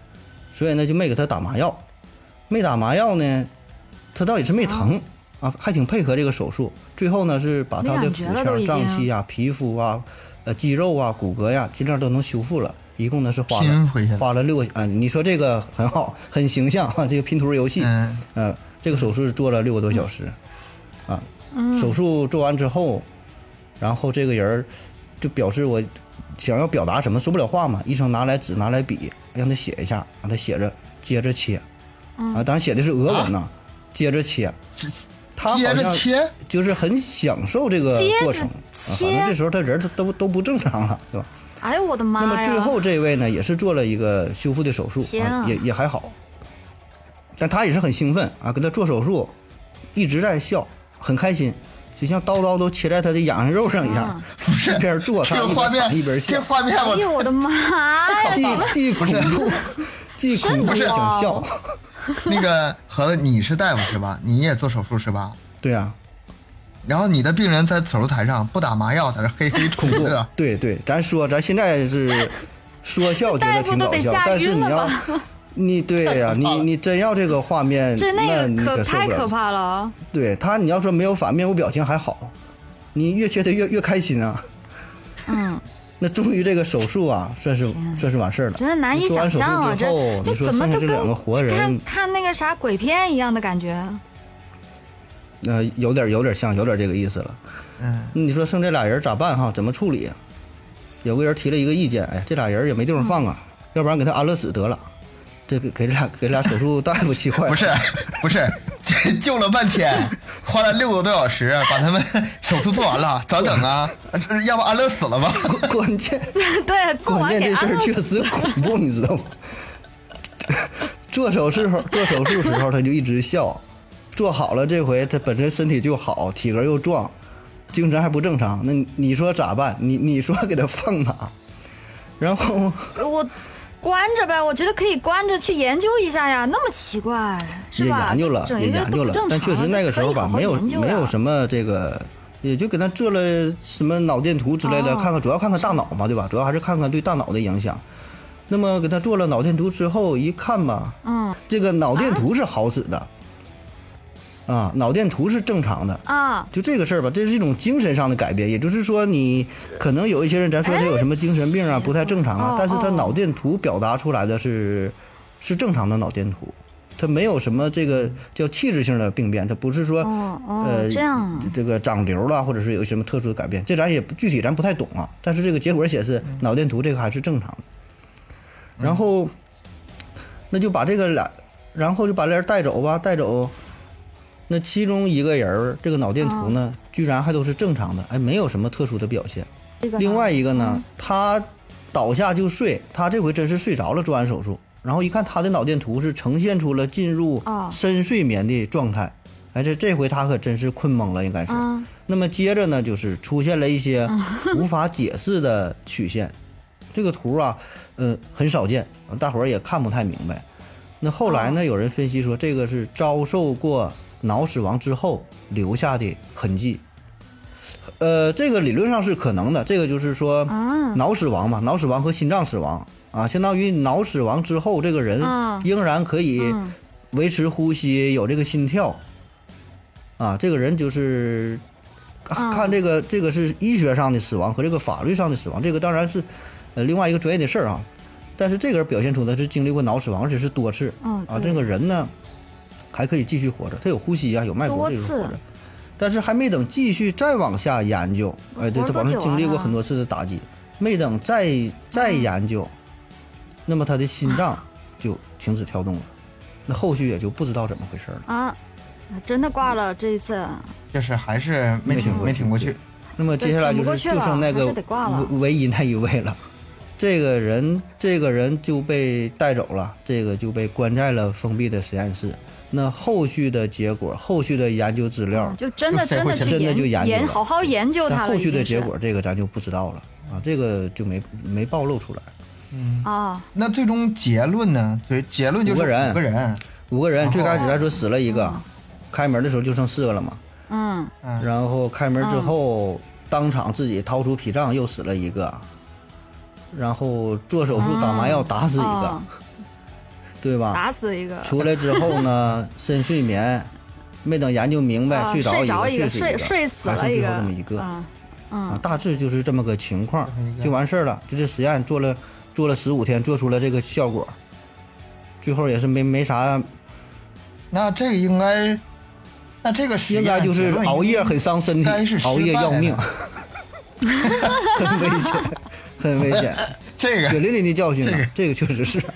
所以呢就没给他打麻药。没打麻药呢，他倒也是没疼啊，还挺配合这个手术。最后呢是把他的腹腔、脏器啊、皮肤啊、肌肉啊、骨骼呀，尽量都能修复了。一共呢是花了6个你说这个很好，很形象啊，这个拼图游戏。这个手术是做了6个多小时啊。手术做完之后，然后这个人就表示我想要表达什么，说不了话嘛。医生拿来纸拿来笔让他写一下，让他写着接着切啊，当然写的是俄文呐，接着切。他好像就是很享受这个过程，好像这时候他人都不正常了，对吧？ 哎呦我的妈呀！ 那么最后这位呢，也是做了一个修复的手术啊，也还好，但他也是很兴奋啊，跟他做手术，一直在笑，很开心，就像刀都切在他的痒痒肉上一样，一边做他一边笑。 这画面哎呦我的妈呀！ 既恐怖既恐怖想笑。 那个盒子，你是大夫是吧？你也做手术是吧？ 对啊。 然后你的病人在手术台上不打麻药，在这黑黑恐怖的。 对，咱现在是说笑觉得挺搞笑，但是你对呀，你真要这个画面，那你可太可怕了。 对他，你要说没有面部表情还好，你越切他越开心啊。那终于这个手术啊，算是完事儿了。 真的难以想象啊，这怎么就跟看那个啥鬼片一样的感觉？ 有点像，有点这个意思了。你说剩这俩人咋办哈？怎么处理？有个人提了一个意见，哎，这俩人也没地方放啊，要不然给他安乐死得了。这个给俩手术大夫气坏了。 不是，救了半天，花了6个多小时把他们手术做完了，咋整啊？要不安乐死了吧？ 关键对，做完这事儿确实恐怖，你知道吗？做手术时候他就一直笑，做好了这回他本身身体就好，体格又壮，精神还不正常，那你说咋办？你说给他放哪？然后我关着呗，我觉得可以关着去研究一下呀，那么奇怪是吧？ 也研究了，但确实那个时候吧，没有什么这个，也就给他做了什么脑电图之类的，主要看看大脑嘛，对吧？主要还是看看对大脑的影响。那么给他做了脑电图之后一看吧，这个脑电图是好使的。脑电图是正常的啊， 就这个事儿吧，这是一种精神上的改变，也就是说，你可能有一些人，咱说他有什么精神病啊，不太正常啊，但是他脑电图表达出来的是正常的脑电图，他没有什么这个叫器质性的病变，他不是说这样这个长瘤了，或者是有什么特殊的改变，这咱也具体咱不太懂啊，但是这个结果显示脑电图这个还是正常的，然后那就把这个然后就把这人带走。那其中一个人这个脑电图呢，居然还都是正常的，哎，没有什么特殊的表现。另外一个呢，他倒下就睡，他这回真是睡着了，做完手术，然后一看他的脑电图是呈现出了进入深睡眠的状态，哎，这回他可真是困懵了，应该是。那么接着呢，就是出现了一些无法解释的曲线，这个图啊，很少见，大伙儿也看不太明白。那后来呢，有人分析说，这个是遭受过脑死亡之后留下的痕迹，这个理论上是可能的。这个就是说，脑死亡嘛，脑死亡和心脏死亡啊，相当于脑死亡之后，这个人仍然可以维持呼吸，有这个心跳啊，这个人就是看这个是医学上的死亡和这个法律上的死亡，这个当然是另外一个专业的事儿啊。但是这个人表现出的是经历过脑死亡，而且是多次这个人呢。还可以继续活着，他有呼吸啊，有脉搏，这种活着，但是还没等继续再往下研究，哎，对，他保证经历过很多次的打击，没等再研究，那么他的心脏就停止跳动了，那后续也就不知道怎么回事了啊，真的挂了这一次， 就是还是没挺过去。 那么接下来就剩那个唯一那一位了，这个人就被带走了，这个就被关在了封闭的实验室。那后续的结果，后续的研究资料， 就真的就研究好好研究它了。 但后续的结果，这个咱就不知道了啊，这个就没暴露出来。 那最终结论呢？结论就是五个人，最开始咱说死了一个，开门的时候就剩4个了嘛。然后开门之后，当场自己掏出脾脏又死了一个，然后做手术打麻药打死一个。 对吧？ 打死一个， 出来之后呢，深睡眠，没等研究明白，睡着一个， 睡死了一个， 还剩最后这么一个。大致就是这么个情况，就完事儿了。就这实验做了15天，做出了这个效果，最后也是没啥。 那这应该，那这个实验应该就是熬夜很伤身体，熬夜要命，很危险，很危险。 这个血淋淋的教训呢，这个确实是。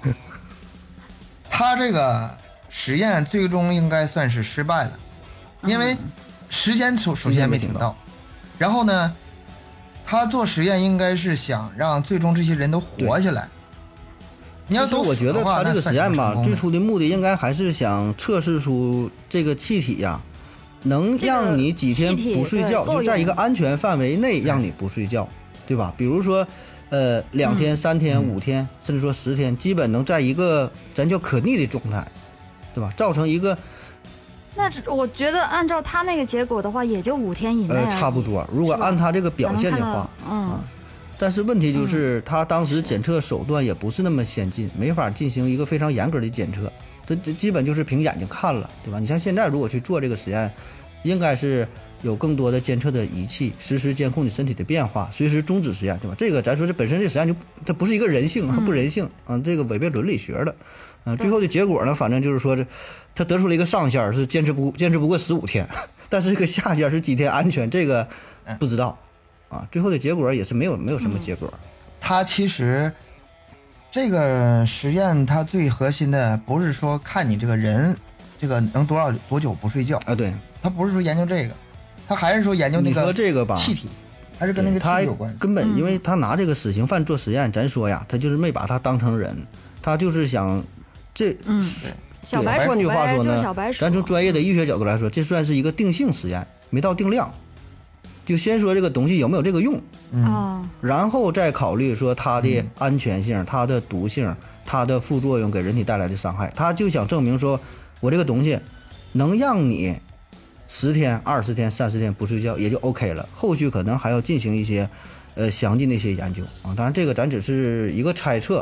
他这个实验最终应该算是失败了，因为时间首先没顶到，然后呢，他做实验应该是想让最终这些人都活下来。你要都我觉得他这个实验吧，最初的目的应该还是想测试出这个气体呀，能让你几天不睡觉，就在一个安全范围内让你不睡觉，对吧？比如说2天、3天、5天，甚至说10天，基本能在一个咱叫可逆的状态，对吧？造成一个。 那我觉得按照他那个结果的话，也就5天以内。 差不多。如果按他这个表现的话，但是问题就是他当时检测手段也不是那么先进，没法进行一个非常严格的检测，这基本就是凭眼睛看了，对吧？你像现在如果去做这个实验，应该是有更多的监测的仪器，实时监控你身体的变化，随时终止实验，对吧？这个咱说这本身这实验就它不是一个人性不人性啊，这个违背伦理学的。最后的结果呢，反正就是说他得出了一个上限是坚持不过15天，但是这个下限是几天安全，这个不知道啊。最后的结果也是没有什么结果。 他其实这个实验它最核心的不是说看你这个人这个能多久不睡觉啊，对， 他不是说研究这个，他还是说研究那个这个吧气体，还是跟那个气体有关系。 根本因为他拿这个死刑犯做实验，咱说呀，他就是没把他当成人，他就是想小白鼠， 换句话说呢，咱从专业的医学角度来说，这算是一个定性实验，没到定量。就先说这个东西有没有这个用，然后再考虑说它的安全性、它的毒性、它的副作用给人体带来的伤害。他就想证明说，我这个东西能让你10天、20天、30天不睡觉，也就 OK 了。后续可能还要进行一些详尽的一些研究啊。当然，这个咱只是一个猜测。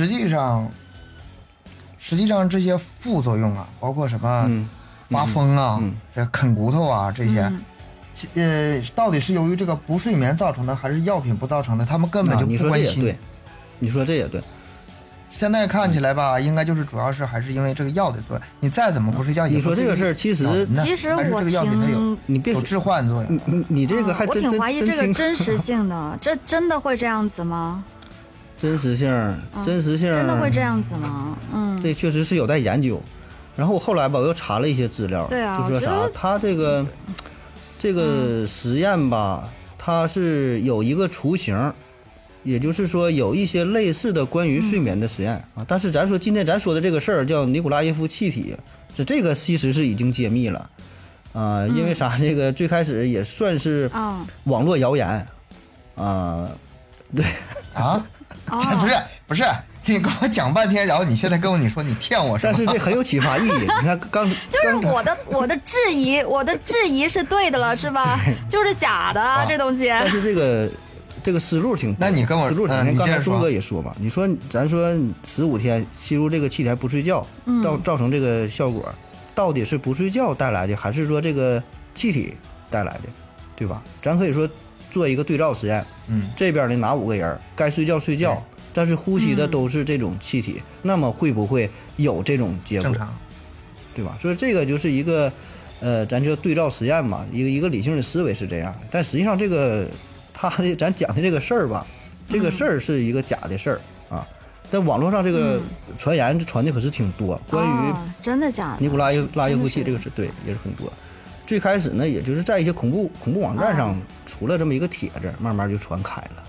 实际上这些副作用啊，包括什么发疯啊、这啃骨头啊这些，到底是由于这个不睡眠造成的，还是药品不造成的？他们根本就不关心。 你说这也对。 现在看起来吧，应该就是主要是还是因为这个药的作用。你再怎么不睡觉， 你说这个事儿，其实我有致幻作用。 你这个还真我挺怀疑这个真实性的，这真的会这样子吗？ 真实性真的会这样子吗？ 这确实是有待研究。然后后来吧，我又查了一些资料，就说啥，他这个实验吧，它是有一个雏形，也就是说有一些类似的关于睡眠的实验啊。但是咱说今天咱说的这个事儿叫尼古拉耶夫气体，这个其实是已经揭秘了啊，因为啥？这个最开始也算是网络谣言对啊。不是，你跟我讲半天，然后你现在跟你说你骗我， 但是这很有启发意义。你看就是我的质疑是对的了，是吧？就是假的这东西。 但是这个思路挺， 那你跟我思路挺，刚才钟哥也说嘛，你说咱说15天吸入这个气体还不睡觉，造成这个效果，到底是不睡觉带来的，还是说这个气体带来的，对吧？咱可以说做一个对照实验，这边呢拿5个人，该睡觉睡觉，但是呼吸的都是这种气体，那么会不会有这种结果？ 正常， 对吧？所以这个就是一个咱就对照实验嘛，一个理性的思维是这样，但实际上这个咱讲的这个事儿吧，这个事儿是一个假的事儿啊。在网络上这个传言传的可是挺多，关于真的假的尼古拉耶夫气这个是对，也是很多。最开始呢，也就是在一些恐怖网站上出了这么一个帖子，慢慢就传开了。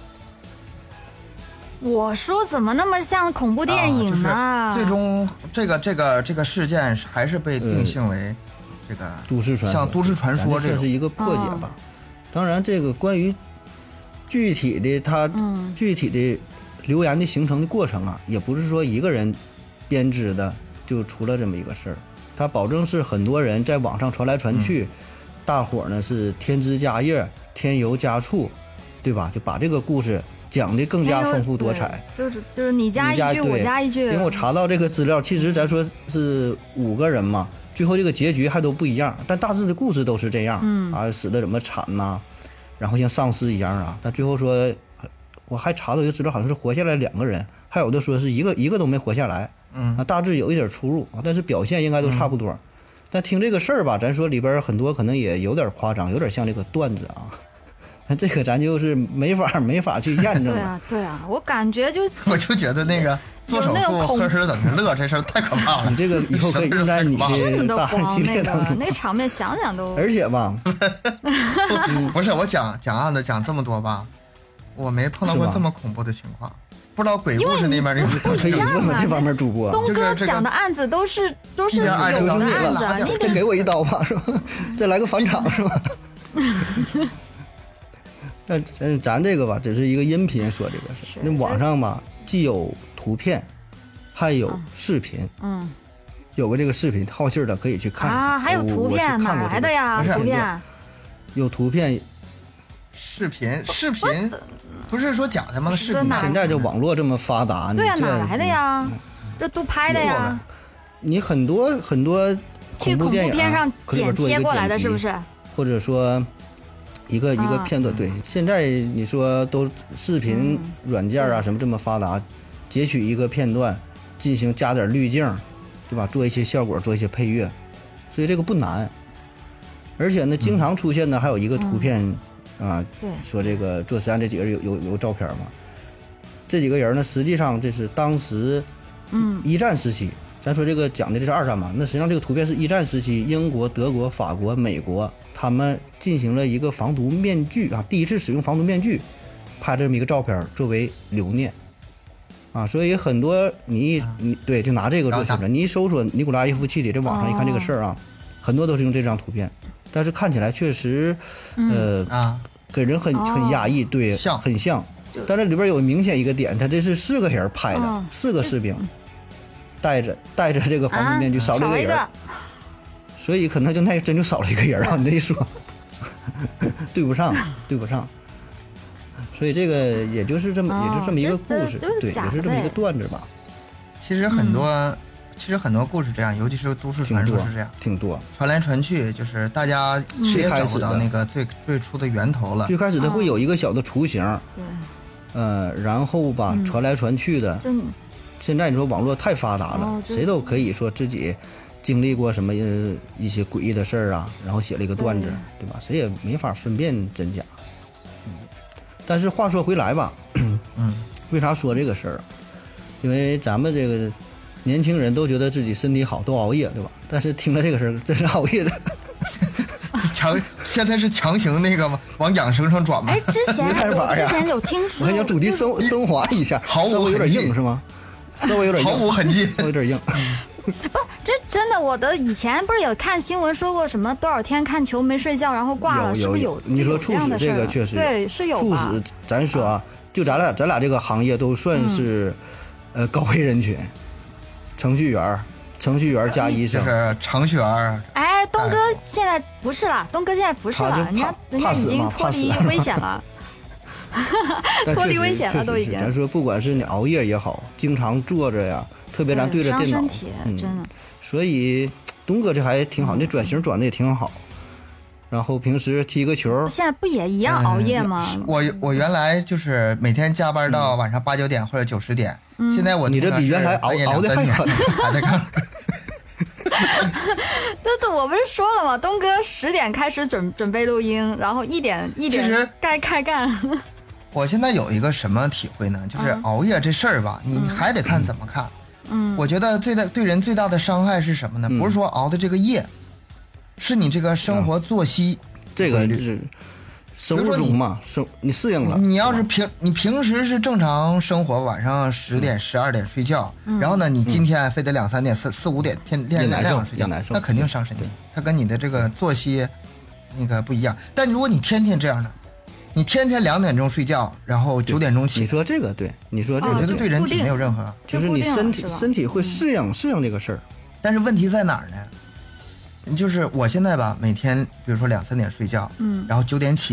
我说怎么那么像恐怖电影呢？ 最终这个事件还是被定性为这个都市传说， 像都市传说， 这是一个破解吧。当然，这个关于具体的流言的形成的过程啊，也不是说一个人编织的就出了这么一个事儿。它保证是很多人在网上传来传去，大伙儿呢是添枝加叶、添油加醋，对吧？就把这个故事讲的更加丰富多彩。 就是你加一句我加一句。 因为我查到这个资料，其实咱说是5个人嘛，最后这个结局还都不一样，但大致的故事都是这样。死的怎么惨呐，然后像丧尸一样啊。但最后说，我还查到一个资料，好像是活下来2个人，还有的说是一个都没活下来。大致有一点出入啊，但是表现应该都差不多。但听这个事儿吧，咱说里边很多可能也有点夸张，有点像这个段子啊。这个咱就是没法去验证了。 对啊，我感觉我就觉得那个做手术喝水等着乐这事儿太可怕了。 你这个以后可以用在你的大汉系列当中。 那个场面想想都。 而且吧， 不是我讲案子讲这么多吧，我没碰到过这么恐怖的情况。不知道鬼故事那边可以问问这方面主播。 东哥讲的案子都是有的案子，你再给我一刀吧，是吧？再来个返场，是吧？但咱这个吧，只是一个音频说这个事。那网上吧，既有图片，还有视频。有个这个视频，好信的可以去看啊。还有图片，哪来的呀？图片有图片， 视频不是说假的吗？视频现在这网络这么发达， 对呀，哪来的呀？这都拍的呀。 你很多去恐怖片上剪切过来的，是不是？ 或者说一个片段，对。现在你说都视频软件啊什么这么发达，截取一个片段，进行加点滤镜，对吧？做一些效果，做一些配乐，所以这个不难。而且呢，经常出现的还有一个图片。 对， 说这个做实验这几个人有照片嘛？这几个人呢，实际上这是当时，一战时期，咱说这个讲的这是2战嘛，那实际上这个图片是1战时期，英国、德国、法国、美国他们进行了一个防毒面具啊，第一次使用防毒面具，拍这么一个照片作为留念啊，所以很多你对就拿这个做宣传，你一搜索尼古拉耶夫气体，这网上一看这个事儿啊，很多都是用这张图片，但是看起来确实给人很压抑，对，很像。但这里边有明显一个点，他这是4个人拍的，4个士兵戴着这个防毒面具，少了一个人，所以可能就真就少了一个人啊！你这一说，对不上。所以这个也就这么一个故事，对，也是这么一个段子吧。 其实很多故事这样，尤其是都市传说是这样， 挺多， 传来传去，就是大家谁也找不到那个最初的源头了。 最开始它会有一个小的雏形，然后吧传来传去的。现在你说网络太发达了，谁都可以说自己经历过什么一些诡异的事儿啊，然后写了一个段子，对吧？谁也没法分辨真假。但是话说回来吧，为啥说这个事儿？因为咱们这个年轻人都觉得自己身体好，都熬夜，对吧？但是听了这个事儿，真是熬夜的。 现在是强行那个往养生上转吗？ 之前有听说， 我还想主题升华一下，稍微有点硬是吗？稍微有点硬， 毫无痕迹， 有点硬。 不，这真的，我的以前不是有看新闻说过什么多少天看球没睡觉然后挂了，是不是有？ 你说猝死这个确实对是有吧？ 猝死，咱说啊，就咱俩这个行业都算是高危人群，程序员加医生， 就是程序员。 哎，东哥现在不是了，人家已经脱离危险了。脱离危险了都已经。 咱说，不管是你熬夜也好，经常坐着呀，特别咱对着电脑， 伤身体，真的。 所以东哥这还挺好，那转型转的也挺好。然后平时踢个球， 现在不也一样熬夜吗？ 我原来就是每天加班到晚上8、9点或者9、10点，现在你这比原来熬的还狠， 还在看。 我不是说了吗？东哥10点开始准备录音，然后1点该开干。 我现在有一个什么体会呢？就是熬夜这事儿吧，你还得看怎么看。我觉得对人最大的伤害是什么呢？不是说熬的这个夜，是你这个生活作息， 这个是生物钟嘛，你适应了。 你要是平时是正常生活，晚上10点、12点睡觉，然后呢，你今天非得2、3点、4、5点天亮睡觉，那肯定伤身体。它跟你的这个作息那个不一样。但如果你天天这样的，你天天2点钟睡觉，然后9点钟起， 你说这个对，你说这个， 我觉得对人体没有任何， 就是你身体会适应这个事儿。 但是问题在哪儿呢？就是我现在吧，每天比如说2、3点睡觉，然后9点起，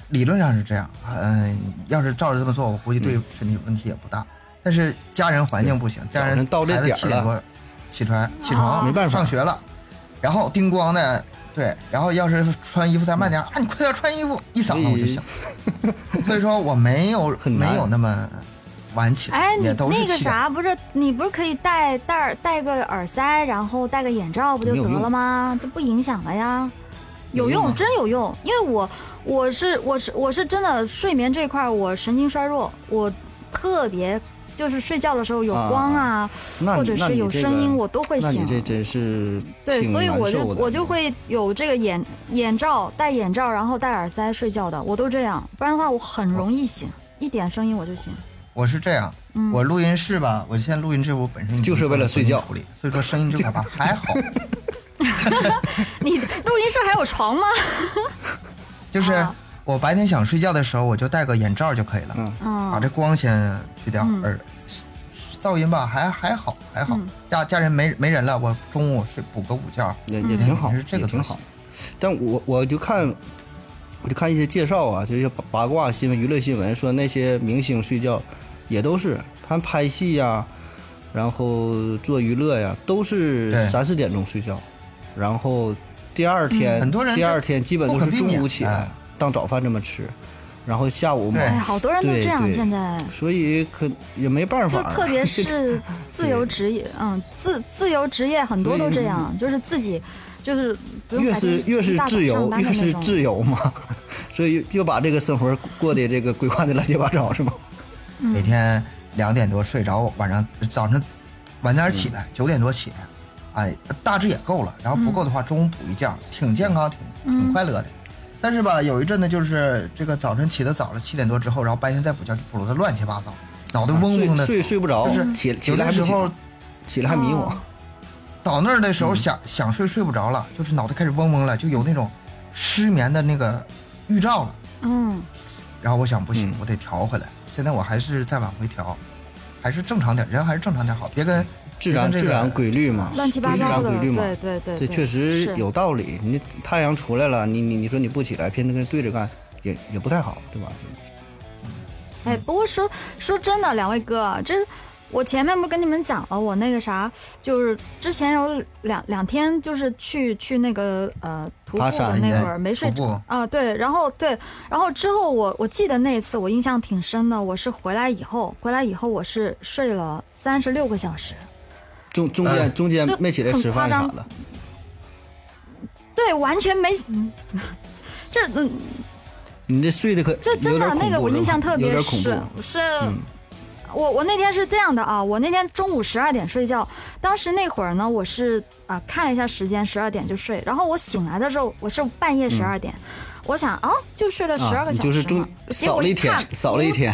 理论上是这样，要是照着这么做，我估计对身体问题也不大。但是家人环境不行，家人到这点 7点多起床， 没办法上学了，然后叮咣的，对，然后要是穿衣服再慢点你快点穿衣服，一嗓子我就醒。所以说我没有那么晚起来， 哎，你也都是那个 7点啥，不是你不是可以戴个耳塞，然后戴个眼罩不就得了吗？这不影响了呀。有用，真有用，因为我是真的睡眠这块我神经衰弱，我特别就是睡觉的时候有光或者是有声音我都会醒。 那你这真是对，所以我就会有这个眼罩，戴眼罩然后戴耳塞睡觉的，我都这样，不然的话我很容易醒，一点声音我就醒。 我是这样，我录音室吧，我现在录音室我本身就是为了睡觉处理，所以说声音这块吧还好。 你录音室还有床吗？ 就是我白天想睡觉的时候，我就戴个眼罩就可以了，把这光先去掉，噪音吧还好。家人没人了，我中午补个午觉也挺好， 是这个挺好。但我就看一些介绍啊，这些八卦新闻、娱乐新闻，说那些明星睡觉也都是他们拍戏呀，然后做娱乐呀，都是3、4点钟睡觉，然后第二天基本都是中午起来当早饭这么吃，然后下午嘛， 好多人都这样现在， 所以也没办法， 就特别是自由职业，自由职业很多都这样，就是自己就是越是自由越是自由嘛，所以又把这个生活过得这个规划的乱七八糟是吗？ 每天2点多睡着，早上晚点起来，9点多起来，哎，大致也够了。然后不够的话，中午补一觉，挺健康，挺快乐的。但是吧，有一阵呢，就是这个早晨起得早了，7点多之后，然后白天再补觉就补得乱七八糟，脑袋嗡嗡的， 睡不着， 就是起来时候起来还迷糊。 到那儿的时候想睡不着了，就是脑袋开始嗡嗡了，就有那种失眠的那个预兆了。然后我想不行，我得调回来。现在我还是再往回调，还是正常点，人还是正常点好，别跟自然规律嘛， 乱七八糟的，对， 这确实有道理。你太阳出来了，你说你不起来，偏跟对着干，也不太好，对吧？ 哎，不过说真的，2位哥，这我前面不是跟你们讲了，我那个啥，就是之前有两天就是去那个徒步的那会儿没睡着啊，对，然后之后我记得那一次我印象挺深的，我是回来以后我是睡了36个小时， 中间没起来吃饭啥的， 对，完全没，这你这睡的可这真的那个我印象特别深，是。我那天是这样的啊，我那天中午12点睡觉，当时那会儿呢，我是看了一下时间，12点就睡，然后我醒来的时候，我是半夜12点，我想就睡了12个小时嘛， 就是少了一天，少了一天，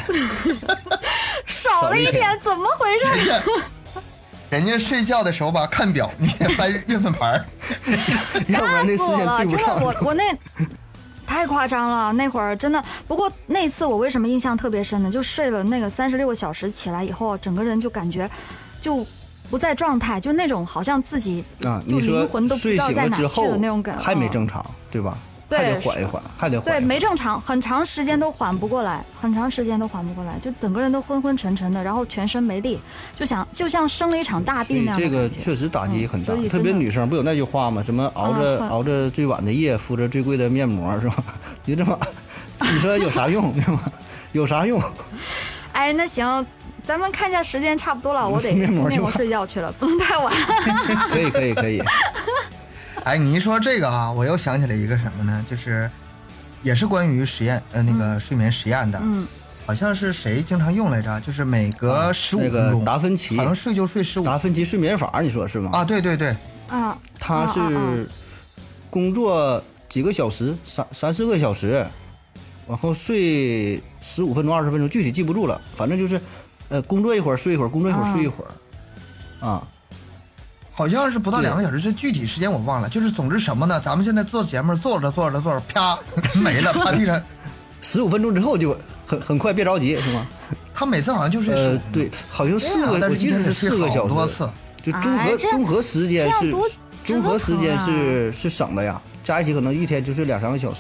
怎么回事？ 人家睡觉的时候吧，看表，你得翻月份牌， 要不然这时间对不上。 真的，我那。太夸张了，那会儿真的。不过那次我为什么印象特别深呢？就睡了那个36个小时，起来以后，整个人就感觉就不在状态，就那种好像自己就灵魂都不知道在哪去的那种感觉， 还没正常，对吧？ 对， 还得缓一缓，还得缓。 对，没正常，很长时间都缓不过来，就整个人都昏昏沉沉的，然后全身没力，就像生了一场大病那样。 这个确实打击很大，特别女生不有那句话吗？什么熬着最晚的夜，敷着最贵的面膜，是吧？就这么，你说有啥用，对吗？有啥用？ 哎，那行。咱们看一下时间差不多了，我得面膜睡觉去了，不能太晚。 可以。 哎，你一说这个啊，我又想起来一个什么呢？就是也是关于实验，那个睡眠实验的，好像是谁经常用来着？就是每隔15分钟， 达芬奇， 好像睡就睡15。 达芬奇睡眠法，你说是吗？ 啊，对， 他是工作几个小时，3-4个小时，然后睡15分钟、20分钟，具体记不住了，反正就是。工作一会儿睡一会儿，工作一会儿睡一会儿， 好像是不到2个小时，这具体时间我忘了。就是总之什么呢？咱们现在做节目，做着，啪没了，趴地上。 15分钟之后就很快，别着急，是吗？ 他每次好像就睡15分钟， 对，好像我记得是4个小时， 多次。 就综合时间是省的呀，加一起可能一天就睡2-3个小时。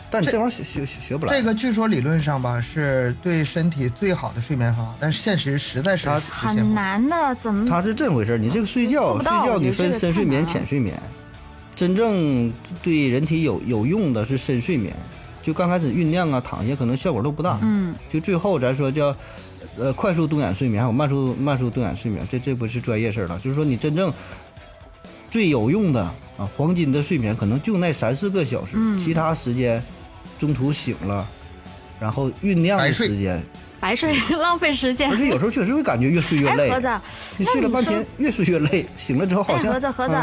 但你这玩意儿学不来。 这个据说理论上吧是对身体最好的睡眠方法，但是现实实在是实现不很了。 难的，怎么？ 它是这么回事，你这个睡觉做不到你分深睡眠、 我觉得这个太难了浅睡眠，真正对人体有用的是深睡眠。就刚开始酝酿啊、躺下可能效果都不大，就最后咱说叫快速动眼睡眠，还有慢速动眼睡眠，这不是专业事儿了。就是说你真正最有用的啊黄金的睡眠，可能就那3-4个小时，其他时间中途醒了，然后酝酿的时间， 白睡浪费时间而。且有时候确实会感觉越睡越累。 盒子， 你睡了半天越睡越累，醒了之后好像盒子，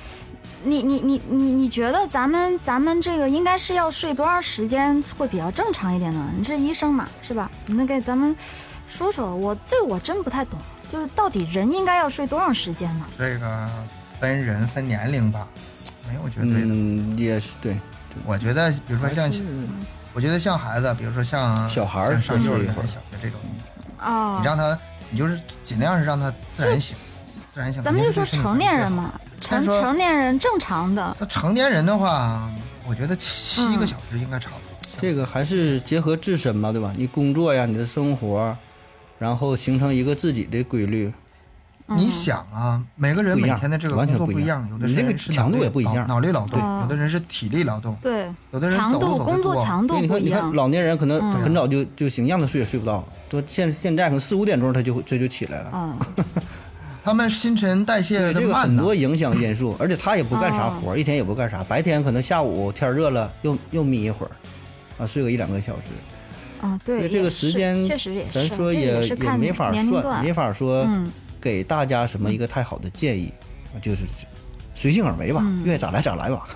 你觉得咱们这个应该是要睡多长时间会比较正常一点呢？你是医生嘛，是吧？你能给咱们说说？我真不太懂，就是到底人应该要睡多长时间呢？ 这个分人分年龄吧，没有绝对的。 也是对。 我觉得，比如说像，我觉得像孩子，比如说像小孩像上幼儿园、 会小学这种， 哦， 你让他，你就是尽量是让他自然醒，自然醒。 咱们就说成年人嘛，成年人正常的。 那成年人的话，我觉得7个小时应该差不多。 这个还是结合自身嘛，对吧？你工作呀，你的生活，然后形成一个自己的规律。 你想啊，每个人每天的这个工作不一样，有的人是强度也不一样， 脑力劳动，有的人是体力劳动， 对， 有的人走路工作强度不一样。 你看老年人可能很早就醒，让他睡也睡不到，都现在可能4-5点钟他就起来了。 他们新陈代谢的慢呢， 这个很多影响因素，而且他也不干啥活，一天也不干啥，白天可能下午天热了又眯一会儿，啊，睡个1-2个小时。 对， 这个时间确实也是， 咱说也没法算，没法说给大家什么一个太好的建议，就是随性而为吧，愿意咋来咋来吧。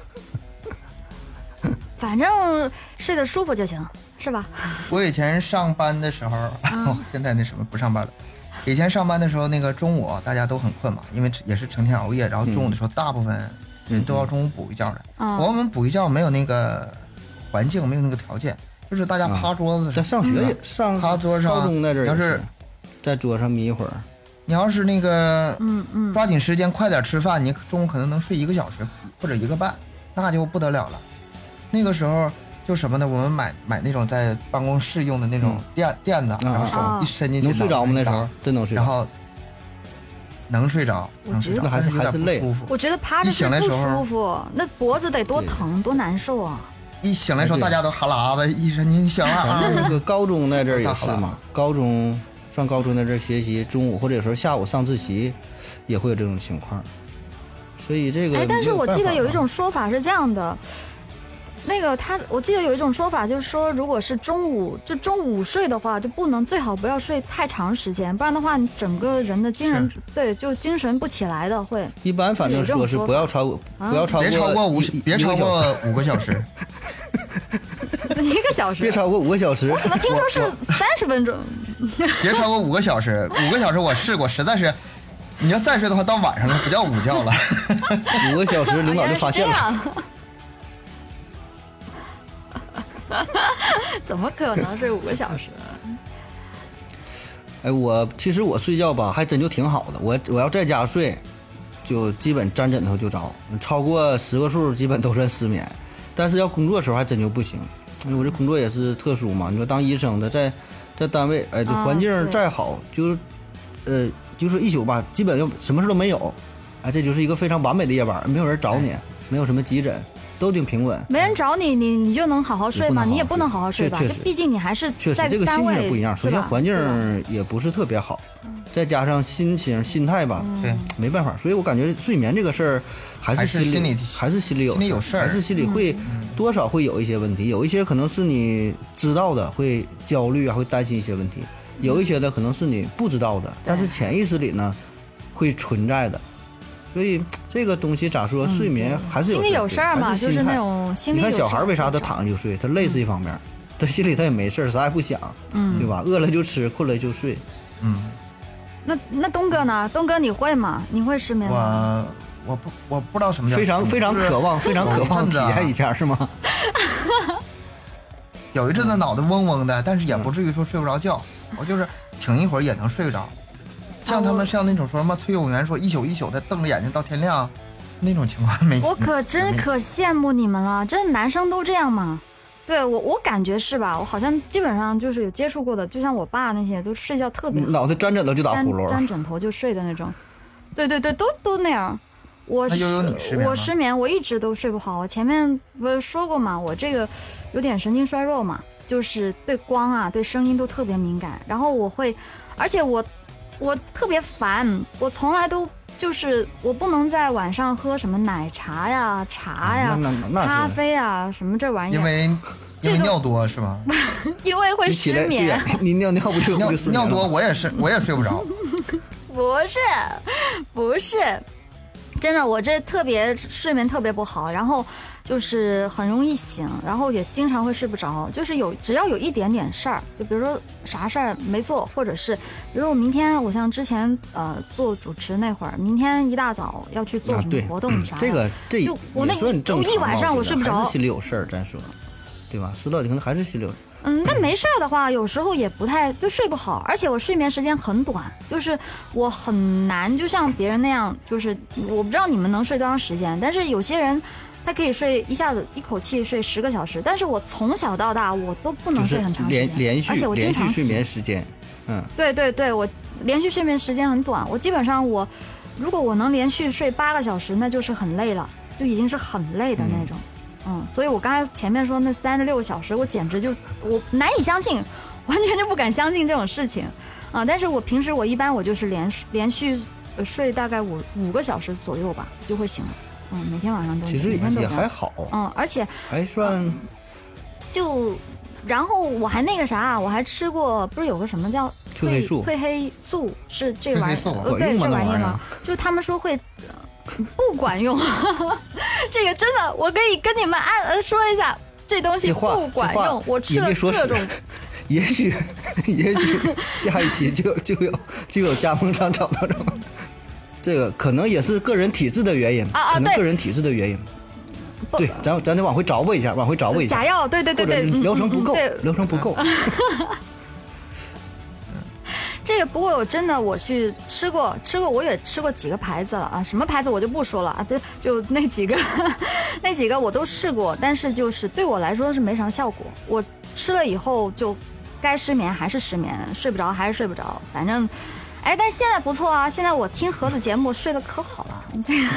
反正睡得舒服就行，是吧？ 我以前上班的时候，现在那什么不上班了。以前上班的时候，那个中午大家都很困嘛，因为也是成天熬夜，然后中午的时候，大部分人都要中午补一觉的。我们补一觉没有那个环境，没有那个条件，就是大家趴桌子上。 在上学也上趴桌上， 高中那阵要是在桌上眯一会儿。 你要是那个抓紧时间快点吃饭，你中午可能能睡1个小时或者1个半，那就不得了了。那个时候就什么呢？我们买那种在办公室用的那种垫子，然后手一伸进去， 能睡着吗？那时候真能睡着。 然后能睡着，能睡着， 还是累。 我觉得趴着睡不舒服，那脖子得多疼多难受啊！ 一醒来的时候，大家都哈喇子，一伸你醒了啊！ 那个高中那阵儿也是嘛，上高中那阵儿学习，中午或者有时候下午上自习，也会有这种情况。所以这个， 但是我记得有一种说法是这样的，我记得有一种说法就是说，如果是中午睡的话，就最好不要睡太长时间，不然的话，你整个人的精神不起来的会。 一般反正说是不要超过 5个小时。 1个小时， 别超过5个小时。 我怎么听说是30分钟？ 别超过5个小时，5个小时我试过，实在是，你要再睡的话，到晚上了不叫午觉了。 5个小时，领导就发现了。 怎么可能睡5个小时？ 其实我睡觉吧，还真就挺好的。我要在家睡，就基本沾枕头就着，超过10个数，基本都算失眠。但是要工作的时候还真就不行，因为我这工作也是特殊嘛。你说当医生的，在单位，环境再好，就是一宿吧，基本就什么事都没有，这就是一个非常完美的夜班，没有人找你，没有什么急诊，都挺平稳。 没人找你，你就能好好睡吗？你也不能好好睡吧？毕竟你还是确实这个心情不一样。首先环境也不是特别好，再加上心态吧， 对， 没办法。所以我感觉睡眠这个事儿还是心里有事儿，还是心里会多少会有一些问题。有一些可能是你知道的，会焦虑啊，会担心一些问题；有一些的可能是你不知道的，但是潜意识里呢会存在的。所以这个东西咋说？睡眠还是心里有事儿嘛，就是那种心里有事儿。 你看小孩为啥他躺下就睡？他累是一方面，他心里他也没事儿，啥也不想，对吧？饿了就吃，困了就睡。 那东哥呢？东哥你会吗？你会失眠吗？ 我不知道什么叫非常渴望体验一下，是吗？ 有一阵子脑袋嗡嗡的，但是也不至于说睡不着觉，我就是挺一会儿也能睡着。像他们像那种说什么崔永元说一宿一宿的瞪着眼睛到天亮，那种情况没。 我可真可羡慕你们了，真的男生都这样吗？ 对我感觉是吧？我好像基本上就是有接触过的，就像我爸那些都睡觉特别好， 脑袋沾枕头就打呼噜， 沾枕头就睡的那种。对，都那样。 那悠悠你失眠吗？ 我失眠，我一直都睡不好。我前面不是说过嘛，我这个有点神经衰弱嘛，就是对光啊、对声音都特别敏感。然后而且我特别烦，我从来都就是我不能在晚上喝什么奶茶呀、茶呀、咖啡啊什么这玩意儿， 因为尿多是吗？ 因为会失眠。 你尿不就尿多，我也睡不着。 不是。真的，我这睡眠特别不好，然后就是很容易醒，然后也经常会睡不着，就是只要有一点点事儿，就比如说啥事儿没做，或者是比如说我明天，我像之前做主持那会儿，明天一大早要去做什么活动啥的， 这我那一晚上我睡不着， 还是心里有事儿，咱说，对吧？说到底可能还是心里有。 但没事儿的话，有时候也不太就睡不好，而且我睡眠时间很短，就是我很难就像别人那样，就是我不知道你们能睡多长时间，但是有些人他可以睡一下子一口气睡10个小时，但是我从小到大我都不能睡很长时间，而且我经常连续睡眠时间， 对，我连续睡眠时间很短，我基本上如果我能连续睡8个小时，那就是很累了，就已经是很累的那种。所以我刚才前面说那36个小时，我简直我难以相信，完全就不敢相信这种事情啊！但是我平时一般就是连续睡大概5个小时左右吧，就会醒了。每天晚上都其实也还好。 而且还算然后我还那个啥，我还吃过，不是有个什么叫褪黑素，是这玩意儿？对，这玩意儿吗？就他们说会。不管用，这个真的，我可以跟你们说一下，这东西不管用。我吃了各种， 也许下一期就有加盟商找到了。这个可能也是个人体质的原因可能个人体质的原因。对，咱得往回找一下。 假药，对， 疗程不够。 这个不过我去吃过，我也吃过几个牌子了啊，什么牌子我就不说了啊，就那几个我都试过，但是就是对我来说是没啥效果。我吃了以后就该失眠还是失眠，睡不着还是睡不着，反正，但现在不错啊，现在我听盒子节目睡得可好了，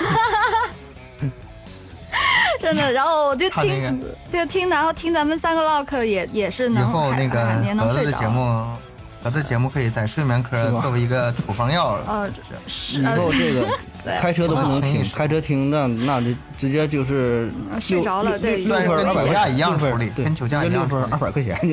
真的，然后我就听，然后听咱们3个唠嗑也是能， 以后那个盒子的节目可以在睡眠科作为一个处方药是以后这个开车都不能听，开车听那就直接就是睡着了，对， 跟酒驾一样处理，跟酒驾一样 ，6分200块钱就是。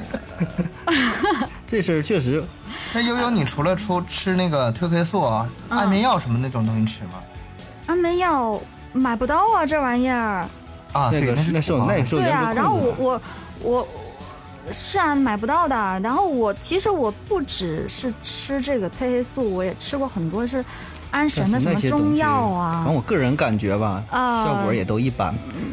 这事儿确实。 那悠悠，你除了吃那个褪黑素啊、安眠药什么那种东西吃吗？ 安眠药买不到啊，这玩意儿。 啊，对，那是对啊，然后我。是啊，买不到的。然后其实我不只是吃这个褪黑素，我也吃过很多是安神的什么中药啊。 反正我个人感觉吧，效果也都一般。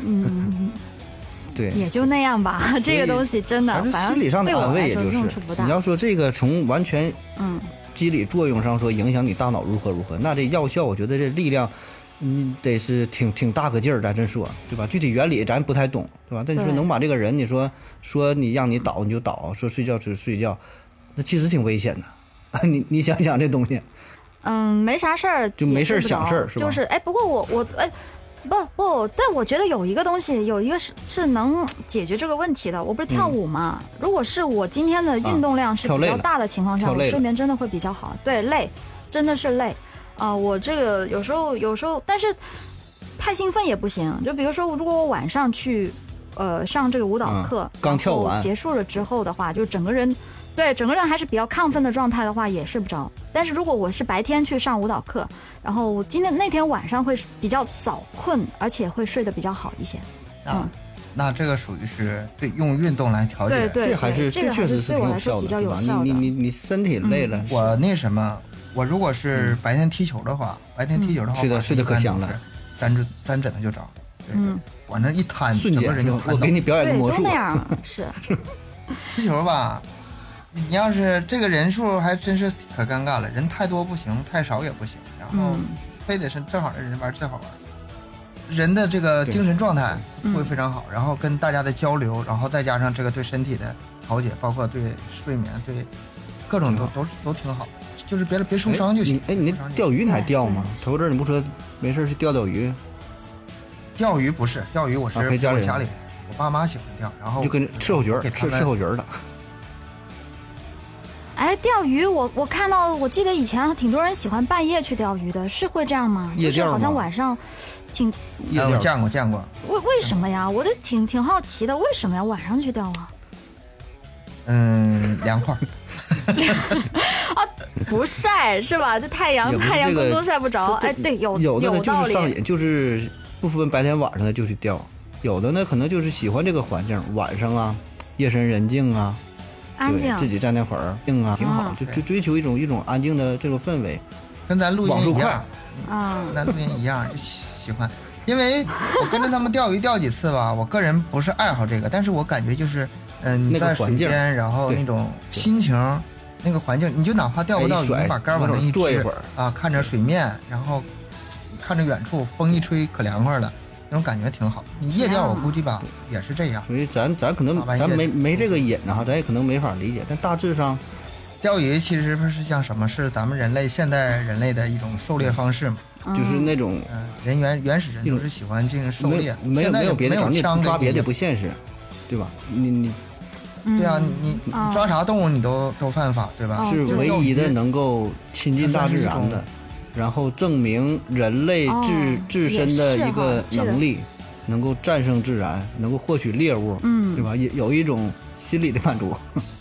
对， 也就那样吧。这个东西真的，反正心理上的安慰，也就是你要说这个从完全机理作用上说影响你大脑如何，那这药效我觉得这力量。得是挺大个劲儿，咱真说，对吧？具体原理咱不太懂，对吧？但你说能把这个人，你说你让你倒你就倒，说睡觉就睡觉，那其实挺危险的。你想想这东西， 没啥事儿， 就没事想事儿，是吧？ 就是不过我不，但我觉得有一个东西，有一个是能解决这个问题的。我不是跳舞嘛，如果是我今天的运动量是比较大的情况下，我睡眠真的会比较好。对，累，真的是累。我这个有时候，但是太兴奋也不行。就比如说，如果我晚上去上这个舞蹈课， 刚跳完结束了之后的话，就整个人还是比较亢奋的状态的话，也睡不着。但是如果我是白天去上舞蹈课，然后那天晚上会比较早困，而且会睡得比较好一些。 那这个属于是用运动来调节， 对， 这确实是挺有效的，对吧？你身体累了， 我那什么。我如果是白天踢球的话， 睡得可香了， 沾枕头就着，对，往那一瘫， 瞬间我给你表演个魔术， 那样是。 踢球吧，你要是这个人数还真是可尴尬了，人太多不行，太少也不行，然后非得是正好的人玩最好玩。 人的这个对精神状态会非常好，然后跟大家的交流，然后再加上这个对身体的调节，包括对睡眠，对各种都挺好，就是别受伤就行。 你那钓鱼你还钓吗？头阵你不说没事去钓鱼？ 钓鱼不是钓鱼，我是陪家里人我爸妈喜欢钓，然后就跟伺候角儿， 给他们伺候角儿的。 哎，钓鱼我看到，我记得以前挺多人喜欢半夜去钓鱼的，是会这样吗？ 夜钓吗就是好像晚上挺我夜钓见过。 为什么呀？我就挺好奇的，为什么要晚上去钓啊？ 凉快。 不晒是吧？这太阳也不是这个公都晒不着。哎，对， 有的呢就道理。 是上瘾，就是不分白天晚上的就去钓；有的呢可能就是喜欢这个环境，晚上啊，夜深人静啊， 安静对，自己在那会儿静啊，挺好，就追求一种安静的这种氛围， 跟咱录网速快音一样，咱录音一样，就喜欢。因为我跟着他们钓鱼钓几次吧，我个人不是爱好这个，但是我感觉就是，你在水边，然后那种心情，那个环境，你就哪怕钓不到鱼，你把竿往那一坐一会儿啊，看着水面，然后看着远处，风一吹可凉快了，那种感觉挺好。你夜钓我估计吧也是这样。 所以咱可能咱没这个瘾啊，咱也可能没法理解，但大致上， 钓鱼其实不是像什么，是咱们现代人类的一种狩猎方式嘛。 就是那种原始人都是喜欢进行狩猎， 没有别的枪抓别的不现实，对吧？你对啊，你抓啥动物你都犯法，对吧？ 是唯一的能够亲近大自然的，然后证明人类自身的一个能力，能够战胜自然，能够获取猎物，对吧？也有一种心理的满足。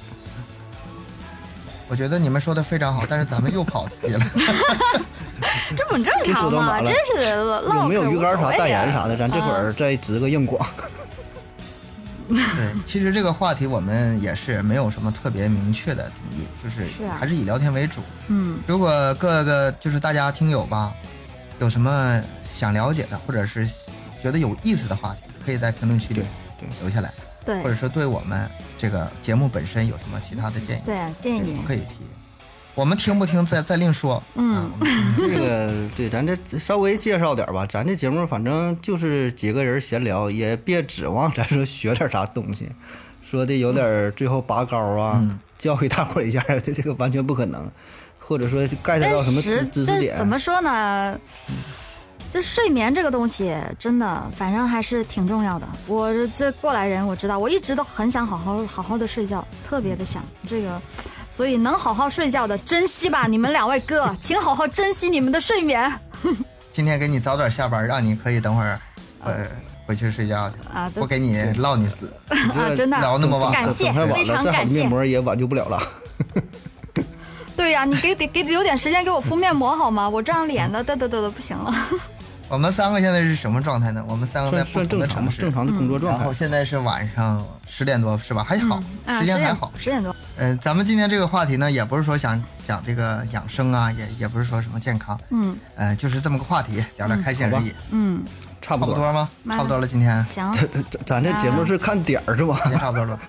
我觉得你们说的非常好，但是咱们又跑题了。 这不正常吗？真是有没有鱼竿啥代言啥的？咱这会儿再植个硬广。 对，其实这个话题我们也是没有什么特别明确的定义，就是还是以聊天为主。如果各个就是大家听友吧，有什么想了解的，或者是觉得有意思的话题，可以在评论区里留下来。 对， 或者说对我们这个节目本身有什么其他的建议？ 对，建议可以提。我们听不听再另说。 这个对，咱这稍微介绍点吧。咱这节目反正就是几个人闲聊，也别指望咱说学点啥东西，说的有点最后拔高啊，教育大伙一下，这个完全不可能。或者说 get 到什么知识点？ 怎么说呢？这睡眠这个东西真的，反正还是挺重要的。我这过来人，我知道，我一直都很想好好的睡觉，特别的想这个。所以能好好睡觉的，珍惜吧，你们两位哥，请好好珍惜你们的睡眠。 今天给你早点下班，让你可以等会儿回去睡觉去啊！不给你唠你死啊！真的聊那么晚， 感谢，非常感谢。 面膜也挽救不了了。 对呀，你给留点时间给我敷面膜好吗？我这样脸的不行了。 我们三个现在是什么状态呢？我们三个在不同的城市， 正常的工作状态。 然后现在是晚上10点多，是吧？还好，时间还好 ，10点多。 咱们今天这个话题呢，也不是说想这个养生啊，也不是说什么健康，就是这么个话题，聊聊开心而已。差不多吗？差不多了，今天。 行。 咱这节目是看点儿是吧？ 差不多了。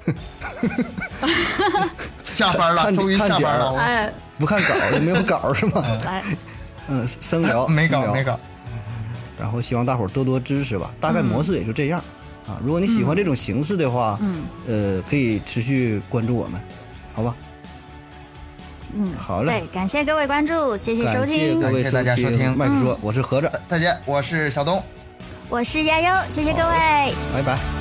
下班了，终于下班了。 哎， 不看稿也没有稿是吗？ 来， 生聊没稿。 然后希望大伙儿多多支持吧，大概模式也就这样啊。如果你喜欢这种形式的话，可以持续关注我们，好吧？好嘞。 对，感谢各位关注，谢谢收听， 感谢大家收听。 麦克说，我是盒子， 再见，我是小东， 我是亚优，谢谢各位， 拜拜。